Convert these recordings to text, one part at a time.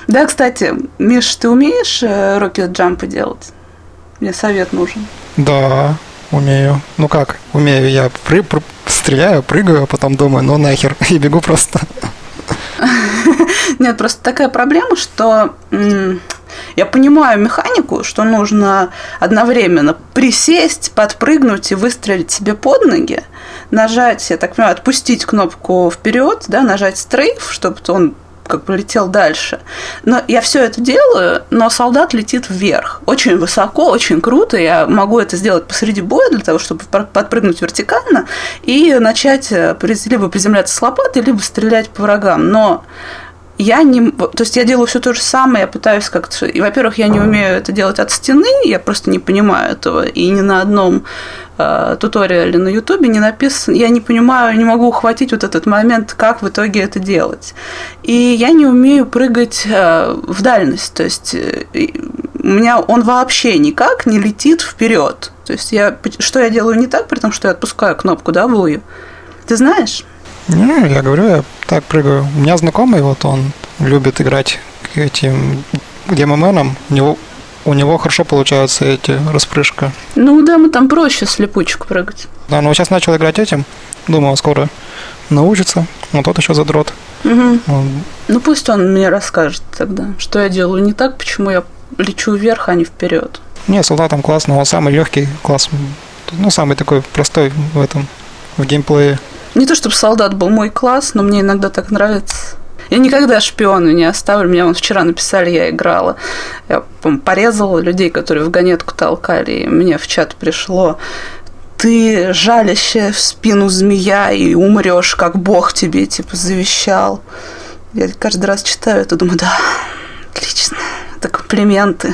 Да, кстати, Миш, ты умеешь рокет-джампы делать? Мне совет нужен. Да, умею. Ну как, умею. Я стреляю, прыгаю, а потом думаю, ну нахер, и бегу просто. Нет, просто такая проблема, что я понимаю механику, что нужно одновременно присесть, подпрыгнуть и выстрелить себе под ноги, нажать, я так понимаю, отпустить кнопку вперед, да, нажать стрейф, чтобы он как бы летел дальше. Но я все это делаю, но солдат летит вверх. Очень высоко, очень круто. Я могу это сделать посреди боя для того, чтобы подпрыгнуть вертикально и начать либо приземляться с лопатой, либо стрелять по врагам. Но я не... То есть я делаю все то же самое, я пытаюсь как-то... И, во-первых, я не умею это делать от стены, я просто не понимаю этого. И ни на одном туториале на Ютубе не написано... Я не понимаю, не могу ухватить вот этот момент, как в итоге это делать. И я не умею прыгать в дальность. То есть у меня он вообще никак не летит вперед. То есть что я делаю не так, при том, что я отпускаю кнопку W. Ты знаешь? Ну, я говорю, я так прыгаю. У меня знакомый, вот он любит играть этим геймменом. У него хорошо получаются эти распрыжка. Ну да, мы там проще слепучку прыгать. Да, но сейчас начал играть этим. Думаю, скоро научится. Но тот еще задрот. Угу. Ну пусть он мне расскажет тогда, что я делаю не так, почему я лечу вверх, а не вперед. Не, солдатом классно, он самый легкий класс. Ну, самый такой простой в геймплее. Не то, чтобы солдат был мой класс, но мне иногда так нравится. Я никогда шпиона не оставлю. Меня вчера написали, я играла. Я порезала людей, которые в вагонетку толкали, и мне в чат пришло: ты жалящая в спину змея и умрешь, как Бог тебе, типа, завещал. Я каждый раз читаю это, думаю, да, отлично, это комплименты.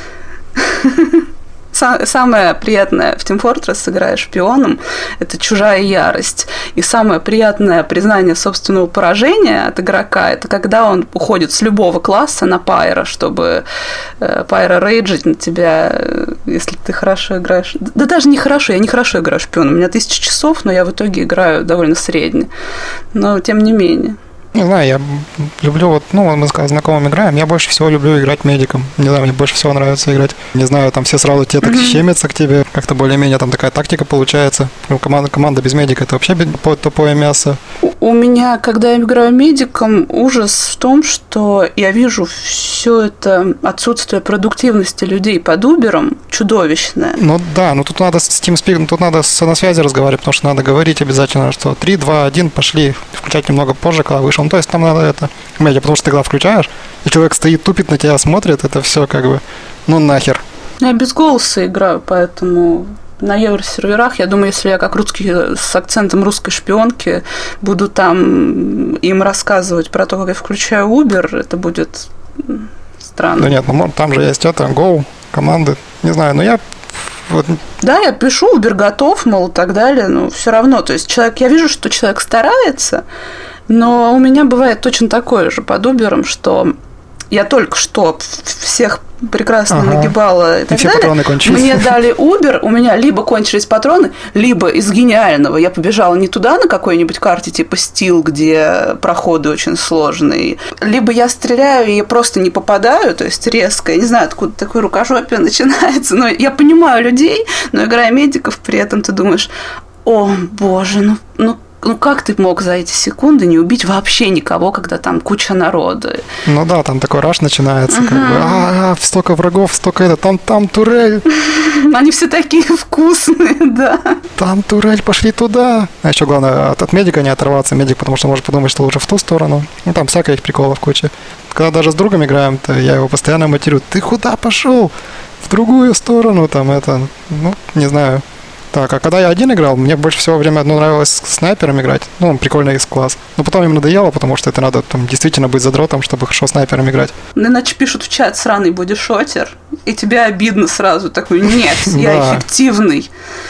Самое приятное в Team Fortress, играя шпионом, это чужая ярость. И самое приятное признание собственного поражения от игрока, это когда он уходит с любого класса на Пайра, чтобы Пайра рейджить на тебя, если ты хорошо играешь. Да даже не хорошо, я не хорошо играю шпионом. У меня 1000 часов, но я в итоге играю довольно средне. Но тем не менее. Не знаю, я люблю мы с знакомым играем, я больше всего люблю играть медиком. Не знаю, мне больше всего нравится играть. Не знаю, там все сразу те так щемятся к тебе, как-то более-менее там такая тактика получается. Команда без медика — это вообще тупое мясо. У меня, когда я играю медиком, ужас в том, что я вижу все это отсутствие продуктивности людей под Убером чудовищное. Ну да, тут надо с TeamSpeak, тут надо на связи разговаривать, потому что надо говорить обязательно, что 3, 2, 1, пошли, включать немного позже, когда вышел. Ну, то есть там надо это... Потому что ты когда включаешь, и человек стоит, тупит на тебя, смотрит, это все как бы... Ну нахер. Я без голоса играю, поэтому на евросерверах, я думаю, если я как русский, с акцентом русской шпионки буду там им рассказывать про то, как я включаю Uber, это будет странно. Да нет, там же есть Go, команды, не знаю, но я... Да, я пишу, Uber готов, мол, и так далее, но все равно, то есть я вижу, что человек старается, но у меня бывает точно такое же под Uber'ом, что я только что всех прекрасно нагибала и так все далее. Патроны кончились. Мне дали Uber, у меня либо кончились патроны, либо из гениального я побежала не туда на какой-нибудь карте типа Steel, где проходы очень сложные, либо я стреляю и просто не попадаю, то есть резко, я не знаю, откуда такое рукожопие начинается, но я понимаю людей, но играя медиков, при этом ты думаешь: о боже, ну как ты мог за эти секунды не убить вообще никого, когда там куча народа? Ну да, там такой раш начинается, как бы, столько врагов, столько там турель. Они все такие вкусные, да. Там турель, пошли туда. А еще главное, от медика не оторваться. Медик, потому что может подумать, что лучше в ту сторону. Ну там всяких приколов куча. Когда даже с другом играем, то я его постоянно матерю: ты куда пошел? В другую сторону, не знаю. Так, а когда я один играл, мне больше всего время нравилось с снайпером играть. Ну, прикольный класс. Но потом им надоело, потому что это надо там действительно быть задротом, чтобы хорошо снайпером играть. Иначе пишут в чат: сраный бодишотер, и тебе обидно сразу. Такой: нет, я эффективный.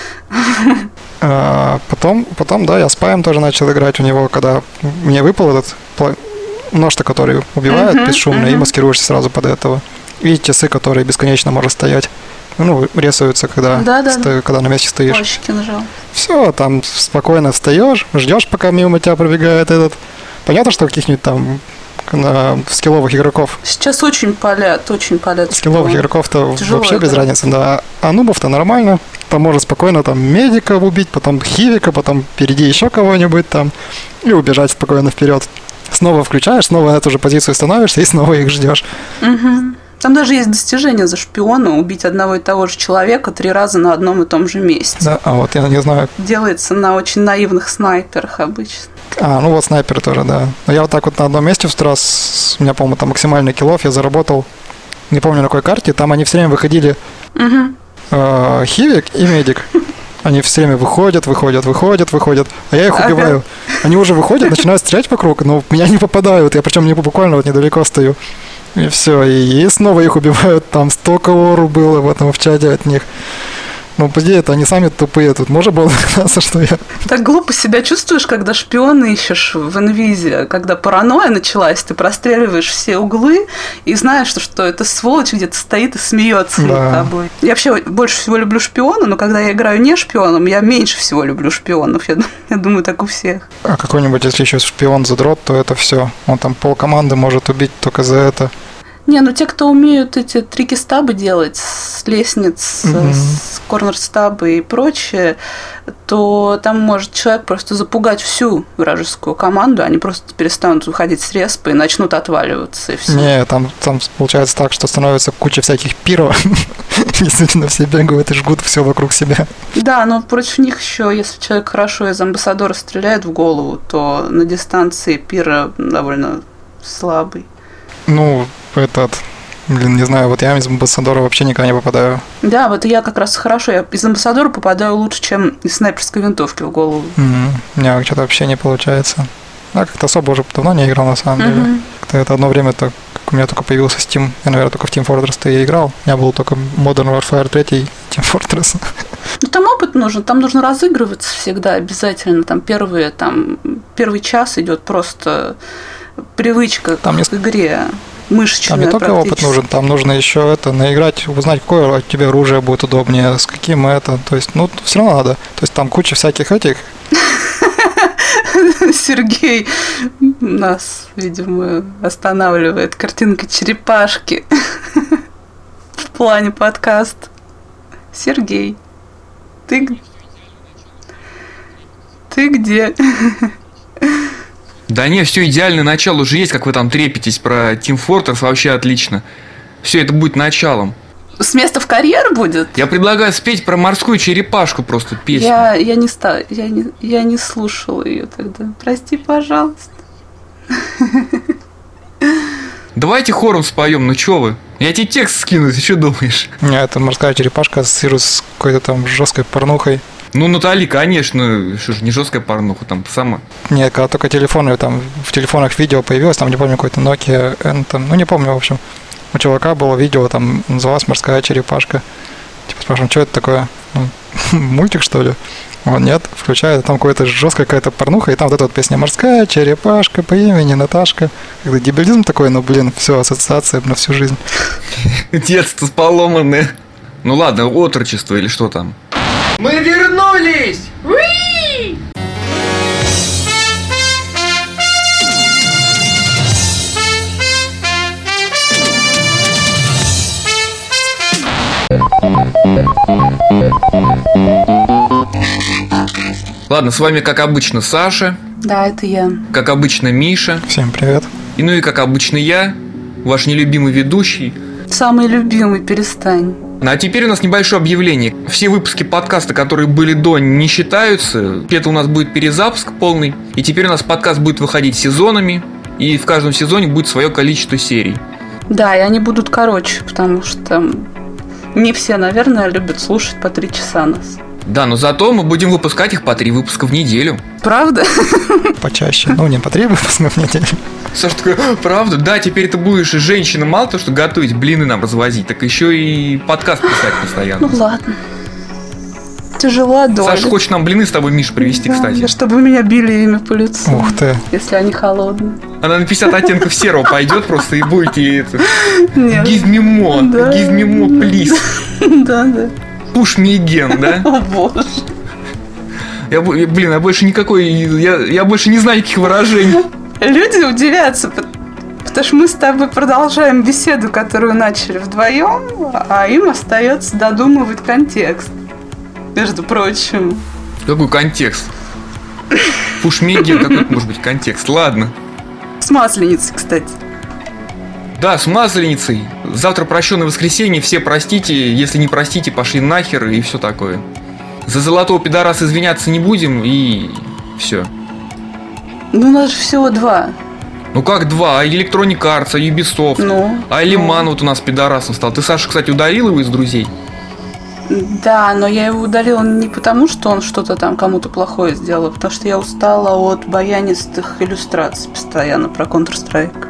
Потом, да, я с Паем тоже начал играть у него, когда мне выпал этот нож-то, который убивает бесшумно, и маскируешься сразу под этого. И часы, которые бесконечно может стоять. Рисуются, когда на месте стоишь. Пальчики нажал. Все, там спокойно встаешь, ждешь, пока мимо тебя пробегает этот. Понятно, что каких-нибудь там скилловых игроков. Сейчас очень палят. Скилловых игроков-то тяжело вообще без разницы, да. А нубов-то нормально. Там можно спокойно там медика убить, потом хивика, потом впереди еще кого-нибудь там и убежать спокойно вперед. Снова включаешь, снова на эту же позицию становишься и снова их ждешь. Угу. Там даже есть достижение за шпиона убить одного и того же человека 3 раза на одном и том же месте. Да, а вот я не знаю. Делается на очень наивных снайперах обычно. Ну вот снайперы тоже, да. Но я вот так вот на одном месте в 100 раз, у меня, по-моему, там максимальный киллов я заработал, не помню на какой карте, там они все время выходили хивик и медик. Они все время выходят, а я их убиваю. Они уже выходят, начинают стрелять вокруг, но в меня не попадают. Я причем буквально вот недалеко стою. И все, и снова их убивают. Там столько лору было в чате от них. Ну, по идее, это они сами тупые. Тут можно было догадаться, что я... Так глупо себя чувствуешь, когда шпиона ищешь в инвизе, когда паранойя началась, ты простреливаешь все углы и знаешь, что эта сволочь где-то стоит и смеется над тобой. Я вообще больше всего люблю шпиона, но когда я играю не шпионом, я меньше всего люблю шпионов. Я думаю, так у всех. А какой-нибудь, если еще шпион задрот, то это все. Он там полкоманды может убить только за это. Не, ну те, кто умеют эти трики-стабы делать с лестниц, с корнер-стабы и прочее, то там может человек просто запугать всю вражескую команду, они просто перестанут выходить с респа и начнут отваливаться, и все. Не, там получается так, что становится куча всяких пиров, действительно все бегают и жгут все вокруг себя. Да, но против них еще, если человек хорошо из амбассадора стреляет в голову, то на дистанции пира довольно слабый. Ну, не знаю, вот я из амбассадора вообще никогда не попадаю. Да, вот я как раз хорошо, я из амбассадора попадаю лучше, чем из снайперской винтовки в голову. У меня что-то вообще не получается. Да, как-то особо уже давно не играл, на самом деле. Как-то это одно время, как у меня только появился Steam, я, наверное, только в Team Fortress-то я играл. У меня был только Modern Warfare 3 и Team Fortress. Ну, там опыт нужен, там нужно разыгрываться всегда обязательно. Там первый час идет просто привычка к игре. Мышечная. Там не только опыт нужен, там нужно еще наиграть, узнать, какое у тебя оружие будет удобнее, с каким это. То есть, все равно надо. То есть там куча всяких этих. Сергей нас, видимо, останавливает картинка черепашки в плане подкаста. Сергей, ты где? Да не, все идеальное начало уже есть, как вы там трепетесь про Team Fortress, вообще отлично. Все это будет началом. С места в карьер будет? Я предлагаю спеть про морскую черепашку просто песню. Я не слушала ее тогда. Прости, пожалуйста. Давайте хором споем, ну чё вы? Я тебе текст скину, ты что думаешь? Нет, это морская черепашка ассоциируется с какой-то там жесткой порнухой. Ну, Натали, конечно, что же, не жесткая порнуха, там сама. Нет, когда только телефоны, там в телефонах видео появилось, там не помню, какой-то Nokia, не помню, в общем. У чувака было видео, там называлась «Морская черепашка». Типа спрашиваем, что это такое? Мультик, что ли? Он нет, включает, там жесткая какая-то порнуха, и там вот эта вот песня «Морская черепашка по имени Наташка». Когда дебилизм такой, все, ассоциация на всю жизнь. Детство поломанное. Ну ладно, отрочество или что там? Мы вернулись! Уи! Ладно, с вами, как обычно, Саша. Да, это я. Как обычно, Миша. Всем привет. И как обычно, я, ваш нелюбимый ведущий. Самый любимый, перестань. А теперь у нас небольшое объявление. Все выпуски подкаста, которые были до, не считаются. Это у нас будет перезапуск полный. И теперь у нас подкаст будет выходить сезонами. И в каждом сезоне будет свое количество серий. Да, и они будут короче, потому что не все, наверное, любят слушать по 3 часа нас. Да, но зато мы будем выпускать их по 3 выпуска в неделю. Правда? Почаще. Не по 3 выпуска в неделю. Саша такой, правда? Да, теперь ты будешь женщина, мало того, что готовить, блины нам развозить, так еще и подкаст писать постоянно. Ну ладно. Тяжело, доля. Саша хочет нам блины с тобой, Миша, привезти, да, кстати. Чтобы меня били ими по лицу. Ух ты. Если они холодные. Она на 50 оттенков серого пойдет просто и будет ей это. Нет. Give me more, да. Give me more, please. Да. Push me again, да? О боже. Я больше никакой, я больше не знаю никаких выражений. Люди удивятся, Потому что мы с тобой продолжаем беседу, которую начали вдвоем, а им остается додумывать контекст. Между прочим. Какой контекст? Пушмегер, какой может быть контекст? Ладно. С Масленицей, кстати. Да, с Масленицей. Завтра прощенное воскресенье, все простите, если не простите, пошли нахер и все такое. За золотого пидораса извиняться не будем и все. Ну, у нас же всего 2. Ну как 2? А Electronic Arts, а Ubisoft, а Элиман вот у нас пидорасом стал. Ты, Саша, кстати, удалил его из друзей? Да, но я его удалила не потому, что он что-то там кому-то плохое сделал, а потому что я устала от баянистых иллюстраций постоянно про Counter-Strike.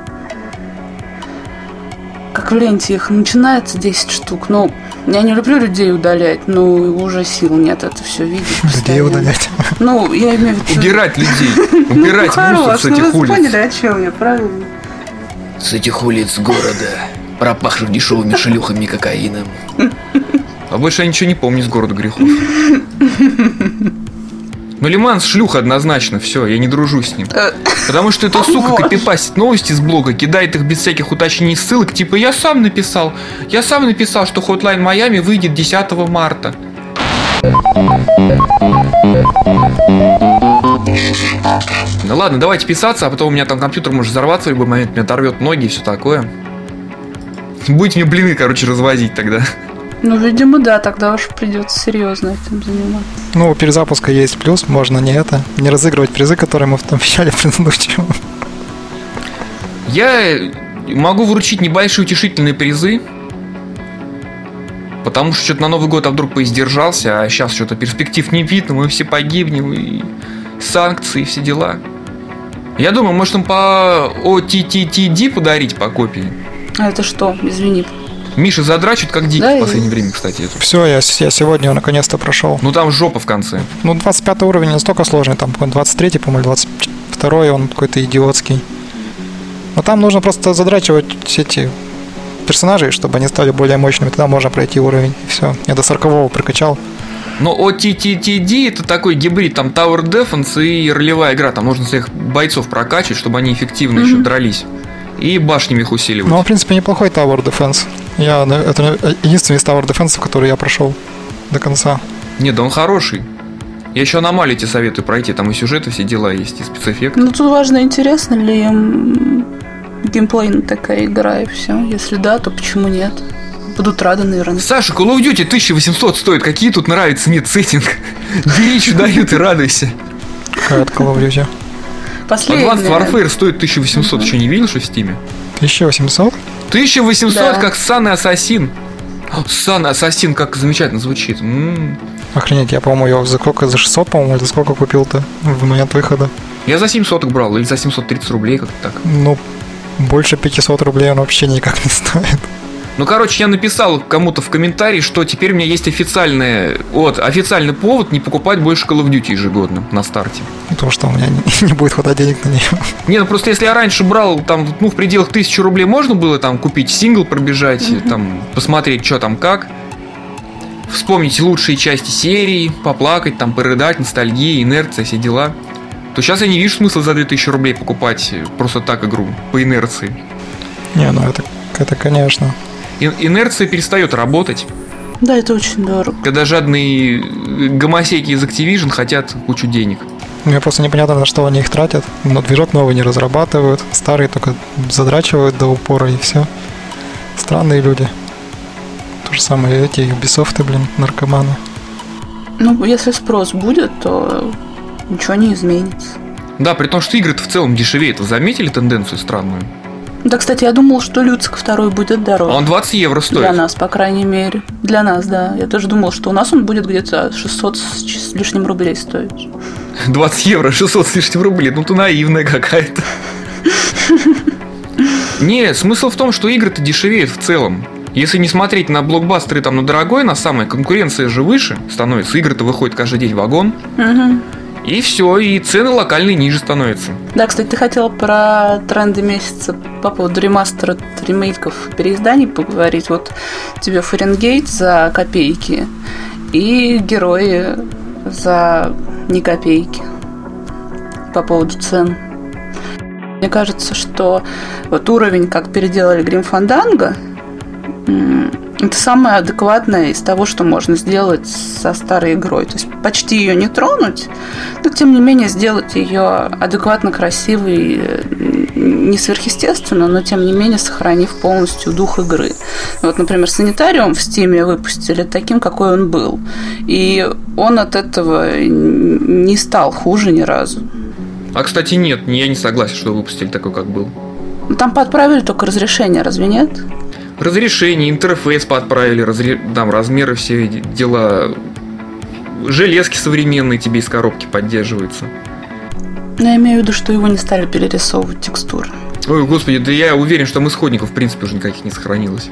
Как в ленте их начинается 10 штук. Ну, я не люблю людей удалять, но уже сил нет это все видеть. Людей удалять? Ну, я имею в виду... Убирать людей. Убирать мусор с этих улиц. Вы поняли, о чем я, правильно? С этих улиц города, пропахших дешевыми шлюхами кокаином. А больше я ничего не помню из города грехов. Ну, Лиман шлюха однозначно, все, я не дружу с ним. Потому что эта сука копипастит новости с блога, кидает их без всяких уточнений ссылок, типа я сам написал, что Hotline Miami выйдет 10 марта. Ну ладно, давайте писаться, а потом у меня там компьютер может взорваться в любой момент, меня оторвет ноги и все такое. Будете мне блины, короче, развозить тогда. Ну, видимо, да, тогда уж придется серьезно этим заниматься. Ну, у перезапуска есть плюс, можно не разыгрывать призы, которые мы обещали в предыдущем. Я могу вручить небольшие утешительные призы, потому что что-то на Новый год вдруг поиздержался, а сейчас что-то перспектив не видно, мы все погибнем, и санкции, и все дела. Я думаю, может им по OTTTD подарить по копии. А это что? Извини. Миша задрачивает как дикий, да, в последнее время, кстати. Это. Все, я сегодня наконец-то прошел. Ну там жопа в конце. Ну 25 уровень не настолько сложный, там 23, по-моему, 22 он какой-то идиотский. Но там нужно просто задрачивать все эти персонажей, чтобы они стали более мощными, тогда можно пройти уровень. И все, я до 40-го прокачал. Но OTTTD это такой гибрид, там Tower Defense и ролевая игра. Там нужно своих бойцов прокачивать, чтобы они эффективно еще дрались. И башнями их усиливать. Ну, в принципе, неплохой Tower Defense. Это единственный из Tower Defense, который я прошел до конца. Нет, да он хороший. Я еще аномалии тебе советую пройти. Там и сюжеты, все дела есть, и спецэффекты. Ну, тут важно, интересна ли им геймплейная такая игра, и все. Если да, то почему нет? Будут рады, наверное. Саша, Call of Duty 1800 стоит. Какие тут нравится нет сеттинг? Бери, что дают, и радуйся. Какая это Call of Duty? Последняя. Advanced Warfare стоит 1800. Еще не видел, что в Стиме? 1800? 1800, да. как Сан и Ассасин. Сан и Ассасин, как замечательно звучит. Охренеть, я, по-моему, его за сколько? За 600, по-моему, или за сколько купил-то в момент выхода? Я за 700 брал, или за 730 рублей, как-то так. Ну, больше 500 рублей он вообще никак не стоит. Ну, короче, я написал кому-то в комментарии, что теперь у меня есть официальный повод не покупать больше Call of Duty ежегодно на старте. Потому что у меня не будет хватать денег на нее. Не, ну просто если я раньше брал, там, в пределах 1000 рублей можно было там купить сингл, пробежать, там, посмотреть, что там как. Вспомнить лучшие части серии, поплакать, там, порыдать, ностальгия, инерция, все дела. То сейчас я не вижу смысла за 2000 рублей покупать просто так игру, по инерции. Не, ну это конечно. Инерция перестает работать. Да, это очень дорого. Когда жадные гомосеки из Activision хотят кучу денег. Мне просто непонятно, на что они их тратят. Но движок новый не разрабатывают, старые только задрачивают до упора и все. Странные люди. То же самое эти Ubisoft, наркоманы. Ну, если спрос будет, то ничего не изменится. Да, при том, что игры-то в целом дешевеют. Вы заметили тенденцию странную? Да, кстати, я думал, что Люцик 2 будет дороже. А он 20 евро стоит. Для нас, по крайней мере. Для нас, да. Я тоже думал, что у нас он будет где-то 600 с лишним рублей стоить. 20 евро, 600 с лишним рублей. Ну, ты наивная какая-то. Не, смысл в том, что игры-то дешевеют в целом. Если не смотреть на блокбастеры, там, на дорогой, на самое, конкуренция же выше становится. Игры-то выходят каждый день в вагон. И все, и цены локальные ниже становятся. Да, кстати, ты хотел про тренды месяца по поводу ремастера, ремейков, переизданий поговорить. Вот тебе Фаренгейт за копейки и Герои за ни копейки по поводу цен. Мне кажется, что вот уровень, как переделали Grim Fandango, это самое адекватное из того, что можно сделать со старой игрой. То есть почти ее не тронуть, но тем не менее сделать ее адекватно красивой, не сверхъестественно, но тем не менее сохранив полностью дух игры. Вот, например, Санитариум в Steam выпустили таким, какой он был. И он от этого не стал хуже ни разу. А, кстати, нет, я не согласен, что выпустили такой, как был. Там подправили только разрешение, разве нет? Разрешение, интерфейс подправили, там размеры, все дела. Железки современные тебе из коробки поддерживаются. Но я имею в виду, что его не стали перерисовывать текстуры. Ой, господи, да я уверен, что там исходников, в принципе, уже никаких не сохранилось.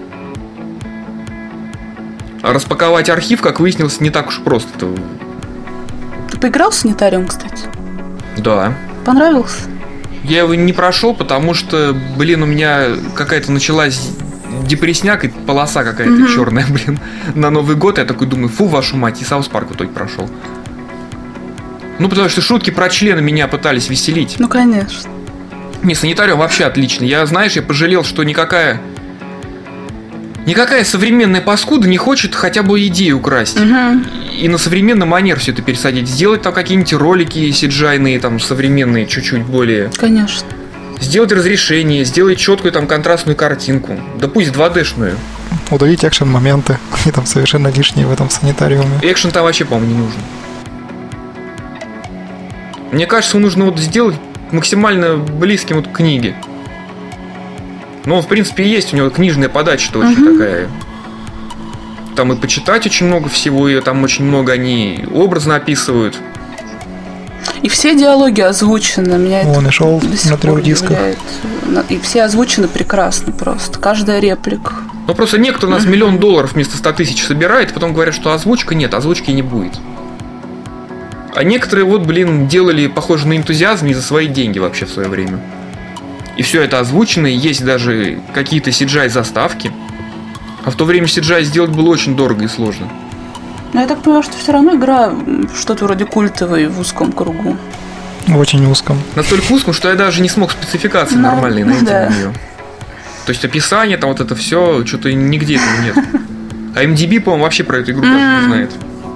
А распаковать архив, как выяснилось, не так уж просто. Ты поиграл в Санитариум, кстати? Да. Понравился? Я его не прошел, потому что, у меня какая-то началась депресняк и полоса какая-то черная, на Новый год. Я такой думаю, фу, вашу мать, и Саус Парк в итоге прошел. Ну, потому что шутки про члены меня пытались веселить. Ну, конечно. Не, Санитариум вообще отлично. Я пожалел, что никакая современная паскуда не хочет хотя бы идею украсть. И на современный манер все это пересадить. Сделать там какие-нибудь ролики CGI-ные, там, современные, чуть-чуть более. Конечно. Сделать разрешение, сделать четкую там контрастную картинку. Да пусть 2D-шную. Удалить экшен-моменты. Они там совершенно лишние в этом Санитариуме. Экшен там вообще, по-моему, не нужен. Мне кажется, нужно вот сделать максимально близким вот к книге. Ну, в принципе, есть у него книжная подача-то очень такая. Там и почитать очень много всего, и там очень много они образно описывают. И все диалоги озвучены. Меня он и шел на 3 дисках. И все озвучены прекрасно просто. Каждая реплика. Ну, просто некоторые у нас $1 миллион вместо 100 тысяч собирает, потом говорят, что озвучка нет, озвучки не будет. А некоторые делали, похоже, на энтузиазм и за свои деньги вообще в свое время. И все это озвучено, и есть даже какие-то CGI-заставки. А в то время CGI сделать было очень дорого и сложно. Но я так понимаю, что все равно игра что-то вроде культовой в узком кругу. В очень узком. Настолько узком, что я даже не смог спецификации нормальные найти на нее. То есть описание, там вот это все, что-то нигде этого нет. А MDB, по-моему, вообще про эту игру даже не знает.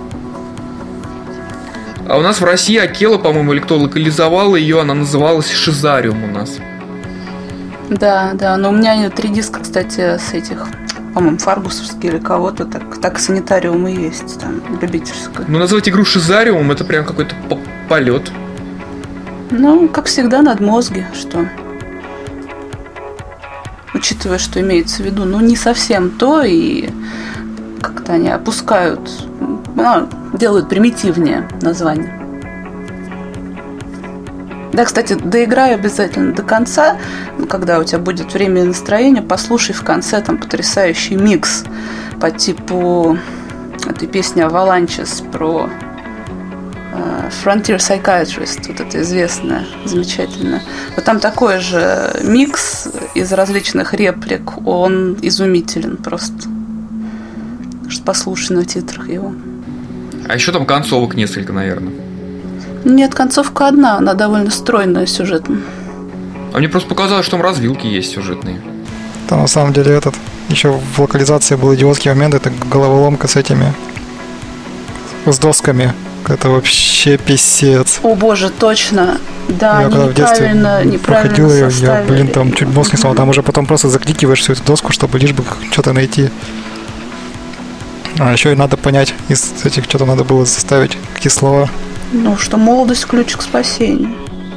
А у нас в России Акела, по-моему, или кто локализовал ее, она называлась Шизариум у нас. Да, но у меня 3 диска, кстати, с этих, по-моему, фаргусовские или кого-то, так Санитариум и есть, там, любительская. Ну, назвать игру Шизариум, это прям какой-то полет. Ну, как всегда, надмозги, что... Учитывая, что имеется в виду, не совсем то, и как-то они опускают, делают примитивнее название. Да, кстати, доиграй обязательно до конца, когда у тебя будет время и настроение, послушай в конце там потрясающий микс по типу этой песни Avalanches про Frontier Psychiatrist, вот это известная, замечательная. Вот там такой же микс из различных реплик, он изумителен просто. Что послушай на титрах его. А еще там концовок несколько, наверное. Нет, концовка одна, она довольно стройная сюжетно. А мне просто показалось, что там развилки есть сюжетные. Там на самом деле еще в локализации был идиотский момент, это головоломка с с досками. Это вообще писец. О боже, точно. Да, я когда в детстве проходил ее, я, там чуть мозг не сломал. Там уже потом просто закликиваешь всю эту доску, чтобы лишь бы что-то найти. А еще и надо понять, из этих что-то надо было заставить, какие слова. Что молодость ключ к спасению.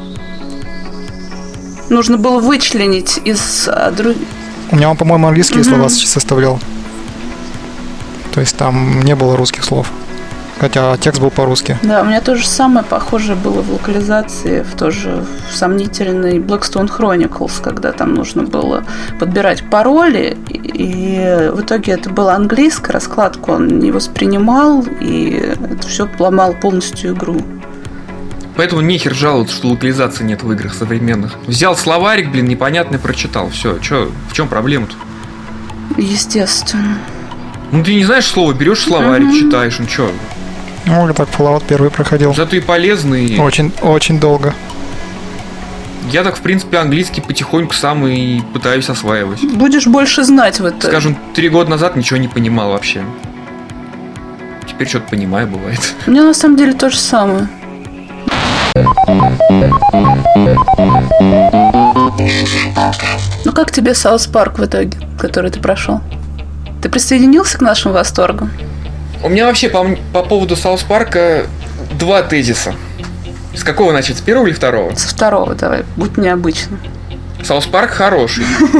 Нужно было вычленить из других. У меня он, по-моему, английские слова составлял. То есть там не было русских слов. Хотя текст был по-русски. Да, у меня то же самое похожее было в локализации, в сомнительной Blackstone Chronicles, когда там нужно было подбирать пароли, и в итоге это была английская раскладка, он не воспринимал, и это все ломало полностью игру. Поэтому нехер жаловаться, что локализации нет в играх современных. Взял словарик, непонятный, прочитал. Все, в чем проблема-то? Естественно. Ты не знаешь слово, берешь словарик, читаешь, что? Так Fallout 1 проходил. Зато и полезный. Очень, очень долго. Я так, в принципе, английский потихоньку сам и пытаюсь осваивать. Будешь больше знать в это. Скажем, 3 года назад ничего не понимал вообще. Теперь что-то понимаю, бывает. У меня на самом деле то же самое. Ну как тебе Саус Парк в итоге, который ты прошел? Ты присоединился к нашим восторгам? У меня вообще по поводу Саус Парка 2 тезиса. С какого начать? С первого или второго? Со второго давай, будь необычным. Саус Парк хороший.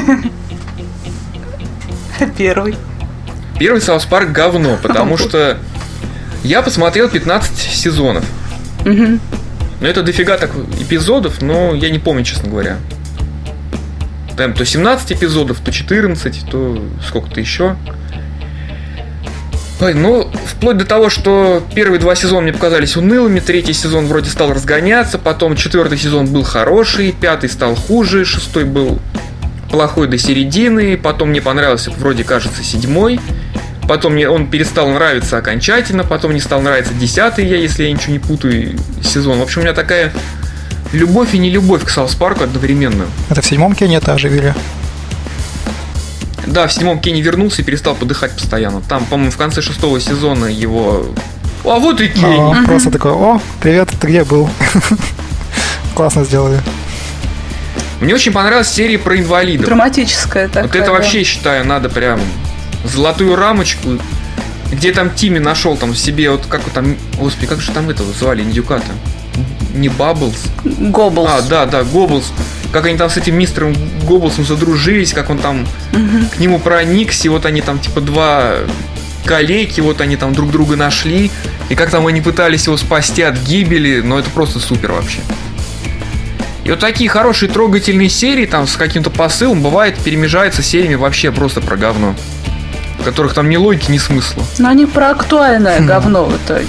Первый. Первый Саус Парк говно, потому что я посмотрел 15 сезонов. Угу. Ну, это дофига так эпизодов, но я не помню, честно говоря. Там то 17 эпизодов, то 14, то сколько-то еще. Ой, ну, вплоть до того, что первые 2 сезона мне показались унылыми, 3-й сезон вроде стал разгоняться, потом 4-й сезон был хороший, 5-й стал хуже, 6-й был плохой до середины, потом мне понравился, вроде кажется, 7-й, потом мне он перестал нравиться окончательно, потом не стал нравиться 10-й, если я ничего не путаю, сезон. В общем, у меня такая любовь и нелюбовь к Саус Парку одновременно. Это в 7-м Кенни-то оживили? Да, в 7-м Кенни вернулся и перестал подыхать постоянно. Там, по-моему, в конце 6-го сезона его... А вот и Кенни! Просто такой: о, привет, ты где был? Классно сделали. Мне очень понравилась серия про инвалидов. Драматическая такая. Вот это вообще, считаю, надо прям золотую рамочку. Где там Тимми нашел там себе, вот как там... Господи, как же там этого звали, индюка-то? Не Бабблс? Гобблс. Да, Гобблс. Как они там с этим мистером Гобблсом задружились, как он там к нему проникся, и вот они там типа 2 калеки, вот они там друг друга нашли, и как там они пытались его спасти от гибели, но это просто супер вообще. И вот такие хорошие трогательные серии там с каким-то посылом бывает перемежаются сериями вообще просто про говно, в которых там ни логики, ни смысла. Но они про актуальное говно в итоге.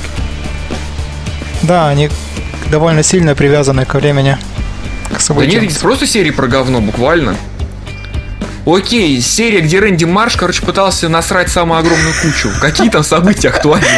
Да, они довольно сильно привязаны ко времени. Да нет, это просто серии про говно, буквально. Окей, серия, где Рэнди Марш, пытался насрать самую огромную кучу. Какие там события актуальны?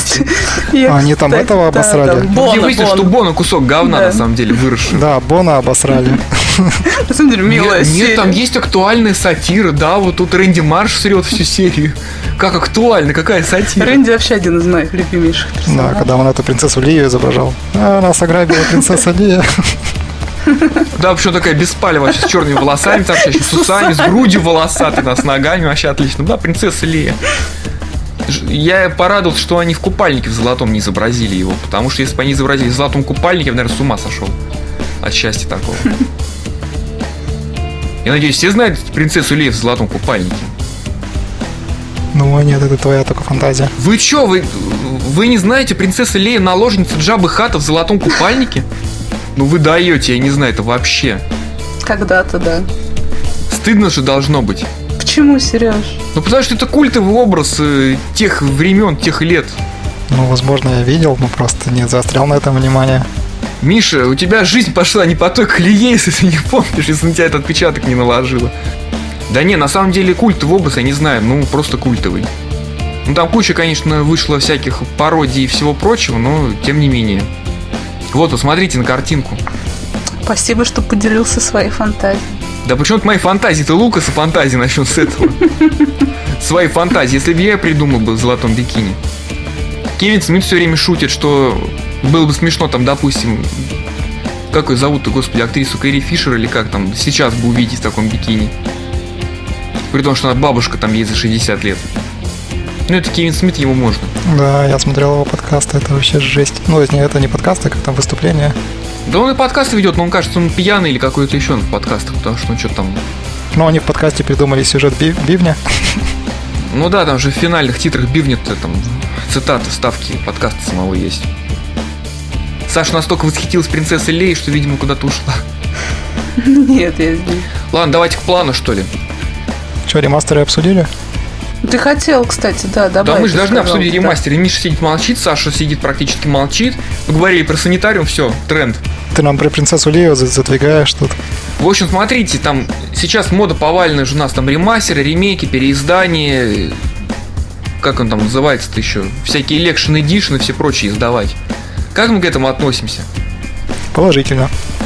Они там этого обосрали. Где выяснилось, что Бона кусок говна, на самом деле, выросший. Да, Бона обосрали. На самом деле, милая серия. Нет, там есть актуальная сатира, да, вот тут Рэнди Марш срет всю серию. Как актуально, какая сатира. Рэнди вообще один из моих любимейших персонажей. Да, когда он эту принцессу Лию изображал. Нас ограбила принцесса Лия. Да, причем такая беспалева, вообще, с черными волосами, торчащими, с усами, с грудью волосатой, с ногами, вообще отлично. Да, принцесса Лия. Я порадовался, что они в купальнике в золотом не изобразили его, потому что если бы они изобразили в золотом купальнике, я бы, наверное, с ума сошел от счастья такого. Я надеюсь, все знают принцессу Лию в золотом купальнике. Ну, нет, это твоя только фантазия. Вы чё, вы не знаете, принцесса Лея наложница Джаббы Хатта в золотом купальнике? Ну вы даете, я не знаю, это вообще. Когда-то, да. Стыдно же должно быть. Почему, Сереж? Ну потому что это культовый образ тех времен, тех лет. Ну, возможно, я видел, но просто не заострял на этом внимание. Миша, у тебя жизнь пошла не по той колее, если ты не помнишь, если на тебя этот отпечаток не наложила. Да не, на самом деле культовый образ, я не знаю, ну просто культовый. Ну там куча, конечно, вышло всяких пародий и всего прочего, но тем не менее. Вот, посмотрите на картинку. Спасибо, что поделился своей фантазией. Да почему это мои фантазии? Ты Лукаса фантазии начнем с этого. Свои фантазии. Если бы я придумал бы в золотом бикини. Кевин Смит все время шутит, что было бы смешно там, допустим, как ее зовут-то, господи, актрису Кэрри Фишер или как там, сейчас бы увидеть в таком бикини. При том, что она бабушка, там ей за 60 лет. Ну, это Кевин Смит, ему можно. Да, я смотрел его подкасты, это вообще жесть. Ну, это не подкасты, как там выступление. Да он и подкасты ведет, но он, кажется, он пьяный или какой-то еще в подкастах, потому что он что-то там... Ну, они в подкасте придумали сюжет Бивня. Ну да, там же в финальных титрах Бивня-то там цитаты, вставки подкаста самого есть. Саша настолько восхитилась принцессой Леей, что, видимо, куда-то ушла. Нет, я здесь. Ладно, давайте к плану, что ли. Что, ремастеры обсудили? Ты хотел, кстати, да, добавить. Да, мы же должны обсудить ремастер. Миша сидит молчит, Саша сидит практически молчит. Поговорили про санитариум, все, тренд. Ты нам про принцессу Лию задвигаешь тут. В общем, смотрите, там сейчас мода повальная же у нас, там ремастеры, ремейки, переиздания. Как он там называется-то еще? Всякие Election Edition и все прочие издавать. Как мы к этому относимся? Положительно.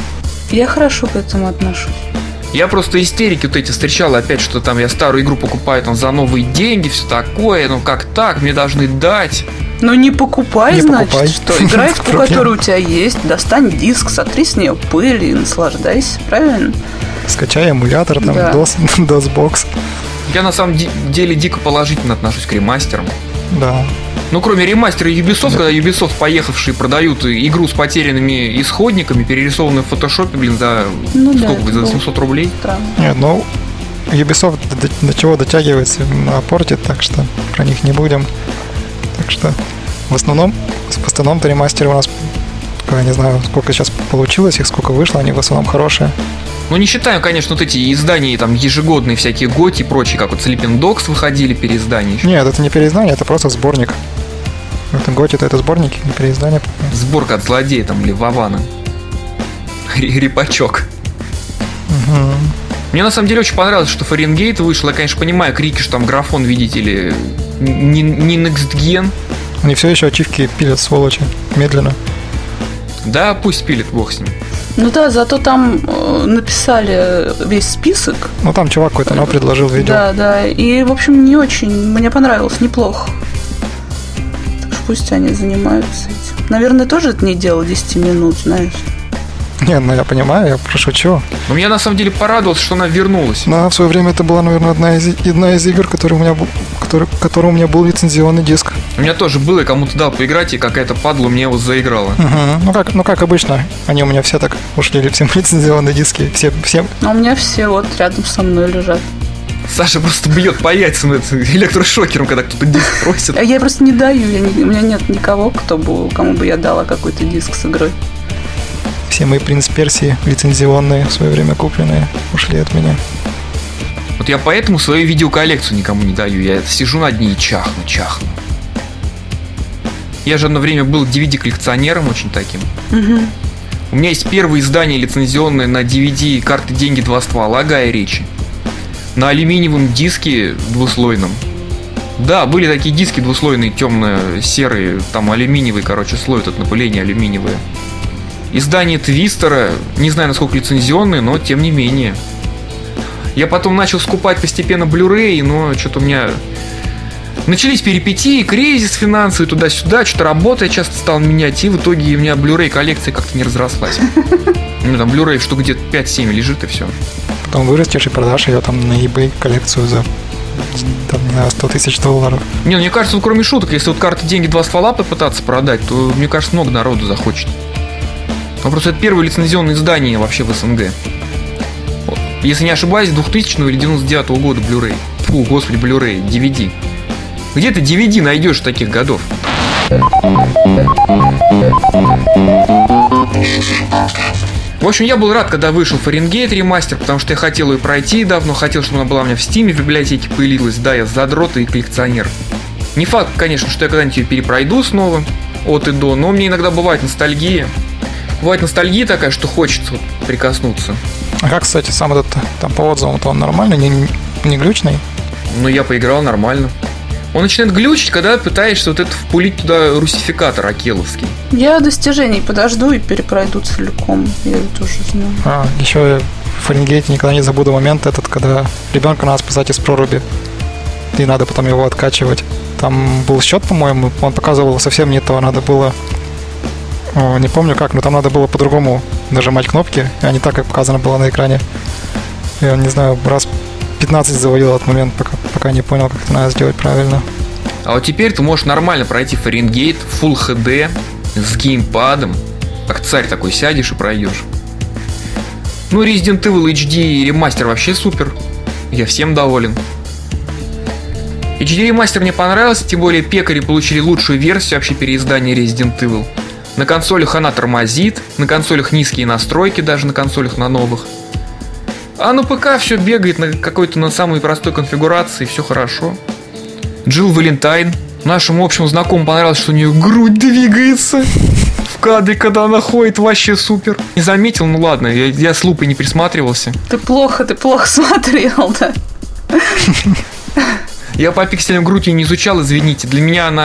Я хорошо к этому отношусь. Я просто истерики вот эти встречал опять, что там я старую игру покупаю там за новые деньги, все такое, ну как так, мне должны дать. Ну не покупай, Не значит, покупай. что? Играй в ту, которая у тебя есть, достань диск, сотри с нее пыль и наслаждайся, правильно? Скачай эмулятор, там, Да. DOSBox. Я на самом деле дико положительно отношусь к ремастерам. Да. Ну, кроме ремастера Ubisoft, когда Ubisoft поехавшие продают игру с потерянными исходниками, перерисованную в фотошопе, блин, за Ну да, сколько, это за было 700 рублей. Странно. Нет, ну, Ubisoft до чего дотягивается, портит, так что про них не будем. Так что в основном-то ремастеры у нас, я не знаю, сколько сейчас получилось, их сколько вышло, они в основном хорошие. Ну, не считаем, конечно, вот эти издания там ежегодные всякие готи и прочие, как вот Sleeping Dogs выходили, переиздания. Нет, это не переиздание, это просто сборник. Это Готи-то это сборники, не переиздание. Сборка от злодея там или Вована. Репачок. Угу. Мне на самом деле очень понравилось, что Фаренгейт вышел. Я, конечно, понимаю крики, что там графон, видите ли, не Next Gen. Они все еще ачивки пилят, сволочи, медленно. Да, пусть пилит, бог с ним. Ну да, зато там написали весь список. Ну там чувак какой-то, но предложил видео. Да, и, в общем, не очень, мне понравилось, неплохо. Так что пусть они занимаются этим. Наверное, тоже это не дело 10 минут, знаешь. Не, ну я понимаю, я пошучу. Но меня на самом деле порадовало, что она вернулась. Но в свое время это была, наверное, одна из игр, которая у меня был лицензионный диск. У меня тоже было, я кому-то дал поиграть, и какая-то падла мне его заиграла. Угу. Ну как обычно, они у меня все так ушли, все лицензионные диски, все. А у меня все вот рядом со мной лежат. Саша просто бьет по яйцам электрошокером, когда кто-то диск просит. А я просто не даю, у меня нет никого, кому бы я дала какой-то диск с игрой. Все мои «Принц Персии» лицензионные, в свое время купленные, ушли от меня. Вот я поэтому свою видеоколлекцию никому не даю. Я сижу над ней и чахну. Я же одно время был DVD-коллекционером очень таким. Угу. У меня есть первое издание лицензионное на DVD «Карты, деньги, два ствола» Гая Ричи. На алюминиевом диске двуслойном. Да, были такие диски двуслойные, темно-серые, там алюминиевый, слой, этот напыление алюминиевое. Издание Твистера, не знаю, насколько лицензионное, но тем не менее. Я потом начал скупать постепенно Blu-ray, но что-то у меня начались перипетии, кризис финансовый, туда-сюда, что-то работа я часто стал менять, и в итоге у меня Blu-ray коллекция как-то не разрослась. У меня там Blu-ray штук где-то 5-7 лежит и все. Потом вырастешь и продашь ее там на eBay коллекцию за там, $100 тысяч. Не, мне кажется, кроме шуток, если вот карты, деньги, два ствола попытаться продать, то, мне кажется, много народу захочет. Ну, просто это первое лицензионное издание вообще в СНГ. Вот. Если не ошибаюсь, 2000 или 99 года Blu-ray. Фу, господи, Blu-ray, DVD. Где ты DVD найдешь таких годов? В общем, я был рад, когда вышел Фаренгейт ремастер, потому что я хотел ее пройти давно, хотел, чтобы она была у меня в Стиме, в библиотеке пылилась. Да, я задрот и коллекционер. Не факт, конечно, что я когда-нибудь ее перепройду снова от и до, но мне иногда бывает ностальгия. Бывает ностальгия такая, что хочется вот прикоснуться. А как, кстати, сам этот там по отзывам-то он нормальный, не глючный? Ну, я поиграл нормально. Он начинает глючить, когда пытаешься вот это впулить туда русификатор акеловский. Я достижений подожду и перепройду целиком. Я это уже знаю. Еще в Фаренгейте никогда не забуду момент этот, когда ребенка надо спасать из проруби. И надо потом его откачивать. Там был счет, по-моему, он показывал совсем не то. Надо было... не помню как, но там надо было по-другому нажимать кнопки, а не так, как показано было на экране. Я не знаю, раз 15 заводил этот момент, пока не понял, как это надо сделать правильно. А вот теперь ты можешь нормально пройти Фаренгейт в Full HD с геймпадом. Как царь такой сядешь и пройдешь. Ну, Resident Evil HD ремастер вообще супер. Я всем доволен. HD ремастер мне понравился, тем более пекари получили лучшую версию вообще переиздания Resident Evil. На консолях она тормозит, на консолях низкие настройки, даже на консолях на новых. А на ПК все бегает на самой простой конфигурации, все хорошо. Джилл Валентайн. Нашему общему знакомому понравилось, что у нее грудь двигается в кадре, когда она ходит, вообще супер. Не заметил, ну ладно, я с лупой не присматривался. Ты плохо смотрел, да? Я по пикселям грудь не изучал, извините. Для меня она с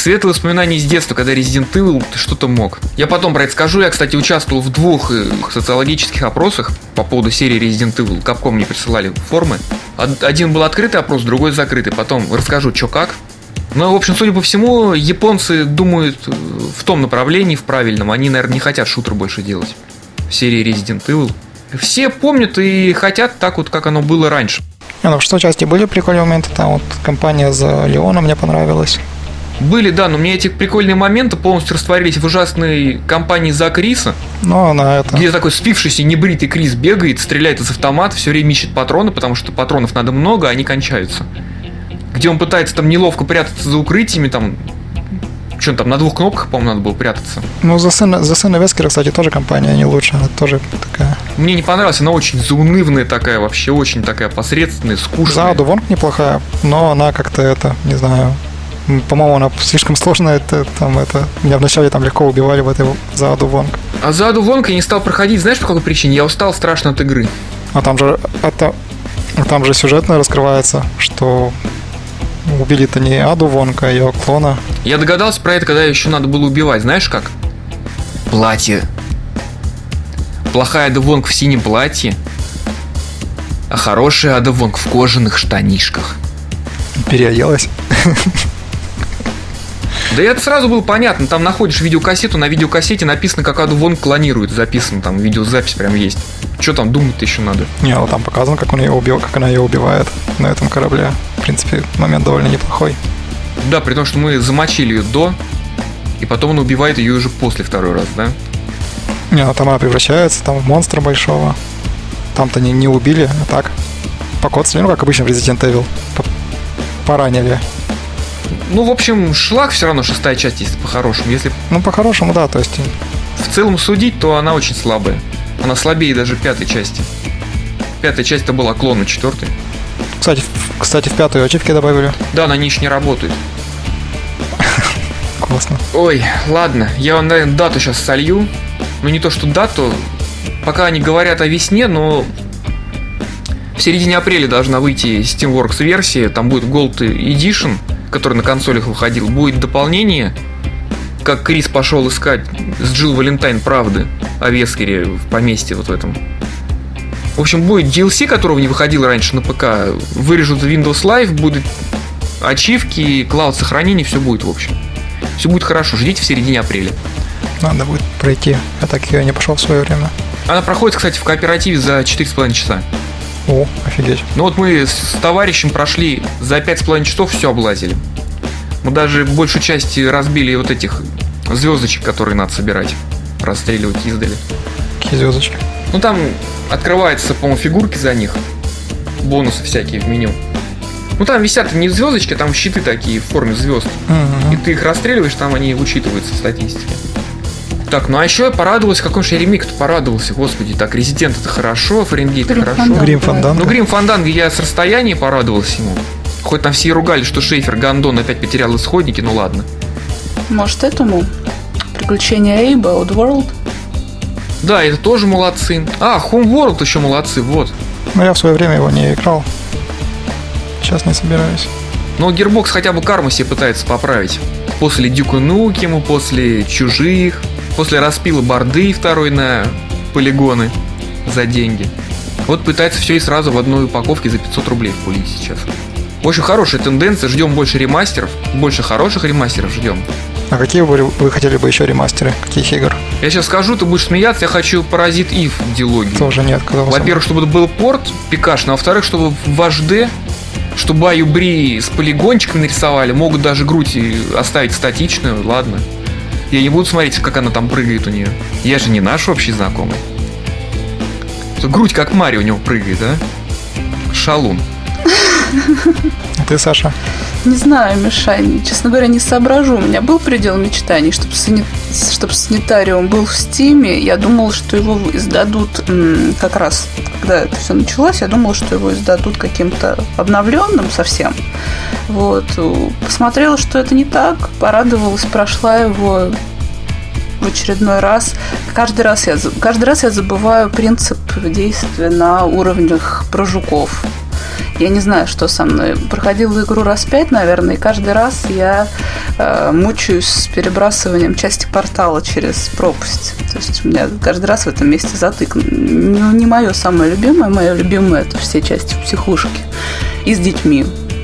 Светлые воспоминания из детства, когда Resident Evil ты что-то мог. Я потом про это скажу. Я, кстати, участвовал в 2 социологических опросах по поводу серии Resident Evil. Capcom мне присылали формы. Один был открытый опрос, другой закрытый. Потом расскажу, что как. Ну, в общем, судя по всему, японцы думают в том направлении, в правильном. Они, наверное, не хотят шутер больше делать в серии Resident Evil. Все помнят и хотят так вот, как оно было раньше. В 6 части были прикольные моменты. Там вот компания за Леона мне понравилась. Были, да, но мне эти прикольные моменты полностью растворились в ужасной компании за Криса. Ну, на это. Где такой спившийся небритый Крис бегает, стреляет из автомата, все время ищет патроны, потому что патронов надо много, а они кончаются. Где он пытается там неловко прятаться за укрытиями, там... Что там, на 2 кнопках, по-моему, надо было прятаться. Ну, за сына Вескера, кстати, тоже компания не лучше. Она тоже такая... Мне не понравилась, она очень заунывная такая, вообще очень такая посредственная, скучная. За Аду Вонг неплохая, но она как-то это, не знаю... По-моему, она слишком сложная. Меня вначале там легко убивали в этой за Аду Вонг. А за Аду Вонг я не стал проходить, знаешь, по какой причине? Я устал страшно от игры. А там же сюжетно раскрывается, что убили-то не Аду Вонг, а ее клона. Я догадался про это, когда еще надо было убивать. Знаешь как? Платье. Плохая Ада Вонг в синем платье, а хорошая Ада Вонг в кожаных штанишках. Переоделась. Да это сразу было понятно. Там находишь видеокассету, на видеокассете написано, как Аду Вонг клонирует. Записано, там видеозапись прям есть. Что там думать-то еще надо? Не, ну там показано, как он ее убил, как она ее убивает на этом корабле. В принципе, момент довольно неплохой. Да, при том, что мы замочили ее до, и потом он убивает ее уже после 2-й раз, да? Не, ну там она превращается, там в монстра большого. Там-то не убили, а так покоцали, ну как обычно в Resident Evil. Поранили. Ну, в общем, шлак все равно 6-я часть, если по-хорошему. Если... Ну, по-хорошему, да, то есть... В целом судить, то она очень слабая. Она слабее даже 5-й части. 5-я часть-то была клоном 4-й. Кстати, в 5-ю ачивки добавили. Да, на ней еще не работает. Классно. Ой, ладно, я вам, наверное, дату сейчас солью. Ну, не то, что дату. Пока они говорят о весне, но... В середине апреля должна выйти Steamworks версия. Там будет Gold Edition, который на консолях выходил. Будет дополнение, как Крис пошел искать с Джилл Валентайн правды о Вескере в поместье вот в этом. В общем, будет DLC, которого не выходил раньше на ПК. Вырежут Windows Live, будут ачивки, клауд сохранения, все будет, в общем. Все будет хорошо, ждите в середине апреля. Надо будет пройти. Я так ее не пошел в свое время. Она проходит, кстати, в кооперативе за 4,5 часа. О, офигеть. Ну вот мы с товарищем прошли за 5,5 часов, все облазили. Мы даже большую часть разбили вот этих звездочек, которые надо собирать. Расстреливать издали. Какие звездочки? Ну там открываются, по-моему, фигурки за них. Бонусы всякие в меню. Ну там висят не звездочки, а там щиты такие в форме звезд. И ты их расстреливаешь, там они учитываются в статистике. Так, ну а еще я порадовался, какой же я ремейк-то порадовался, господи. Так, Resident это хорошо, Фаренгейт это хорошо. Грим Фанданго. Ну, Грим Фанданго я с расстояния порадовался ему. Хоть там все и ругали, что Шейфер Гондон опять потерял исходники, ну ладно. Может, этому? Приключения Эйба, Oddworld? Да, это тоже молодцы. А, Homeworld еще молодцы, вот. Но я в свое время его не играл. Сейчас не собираюсь. Но Gearbox хотя бы карму себе пытается поправить. После Дюка Нукема, после Чужих, после распила борды 2 на полигоны за деньги. Вот пытается все и сразу в одной упаковке за 500 рублей впулить сейчас. Очень хорошая тенденция, ждем больше ремастеров, больше хороших ремастеров ждем. А какие вы хотели бы еще ремастеры? Каких игр? Я сейчас скажу, ты будешь смеяться, я хочу Parasite Eve дилогию. Тоже нет. Во-первых, чтобы это был порт пикашный, а во-вторых, чтобы в HD, чтобы Аю Бри с полигончиками нарисовали, могут даже грудь оставить статичную, ладно. Я не буду смотреть, как она там прыгает у нее. Я же не наш общий знакомый. Грудь как Марио у него прыгает, да? Шалун. А ты, Саша? Не знаю, Миша, честно говоря, не соображу. У меня был предел мечтаний, чтобы санитариум был в Стиме. Я думала, что его издадут как раз, когда это все началось, я думала, что его издадут каким-то обновленным совсем. Вот. Посмотрела, что это не так, порадовалась, прошла его в очередной раз. Каждый раз я забываю принцип действия на уровнях про жуков. Я не знаю, что со мной. Проходила игру раз 5, наверное, и каждый раз я мучаюсь с перебрасыванием части портала через пропасть. То есть у меня каждый раз в этом месте затык. Не мое самое любимое. Мое любимое – это все части в психушке. И с детьми.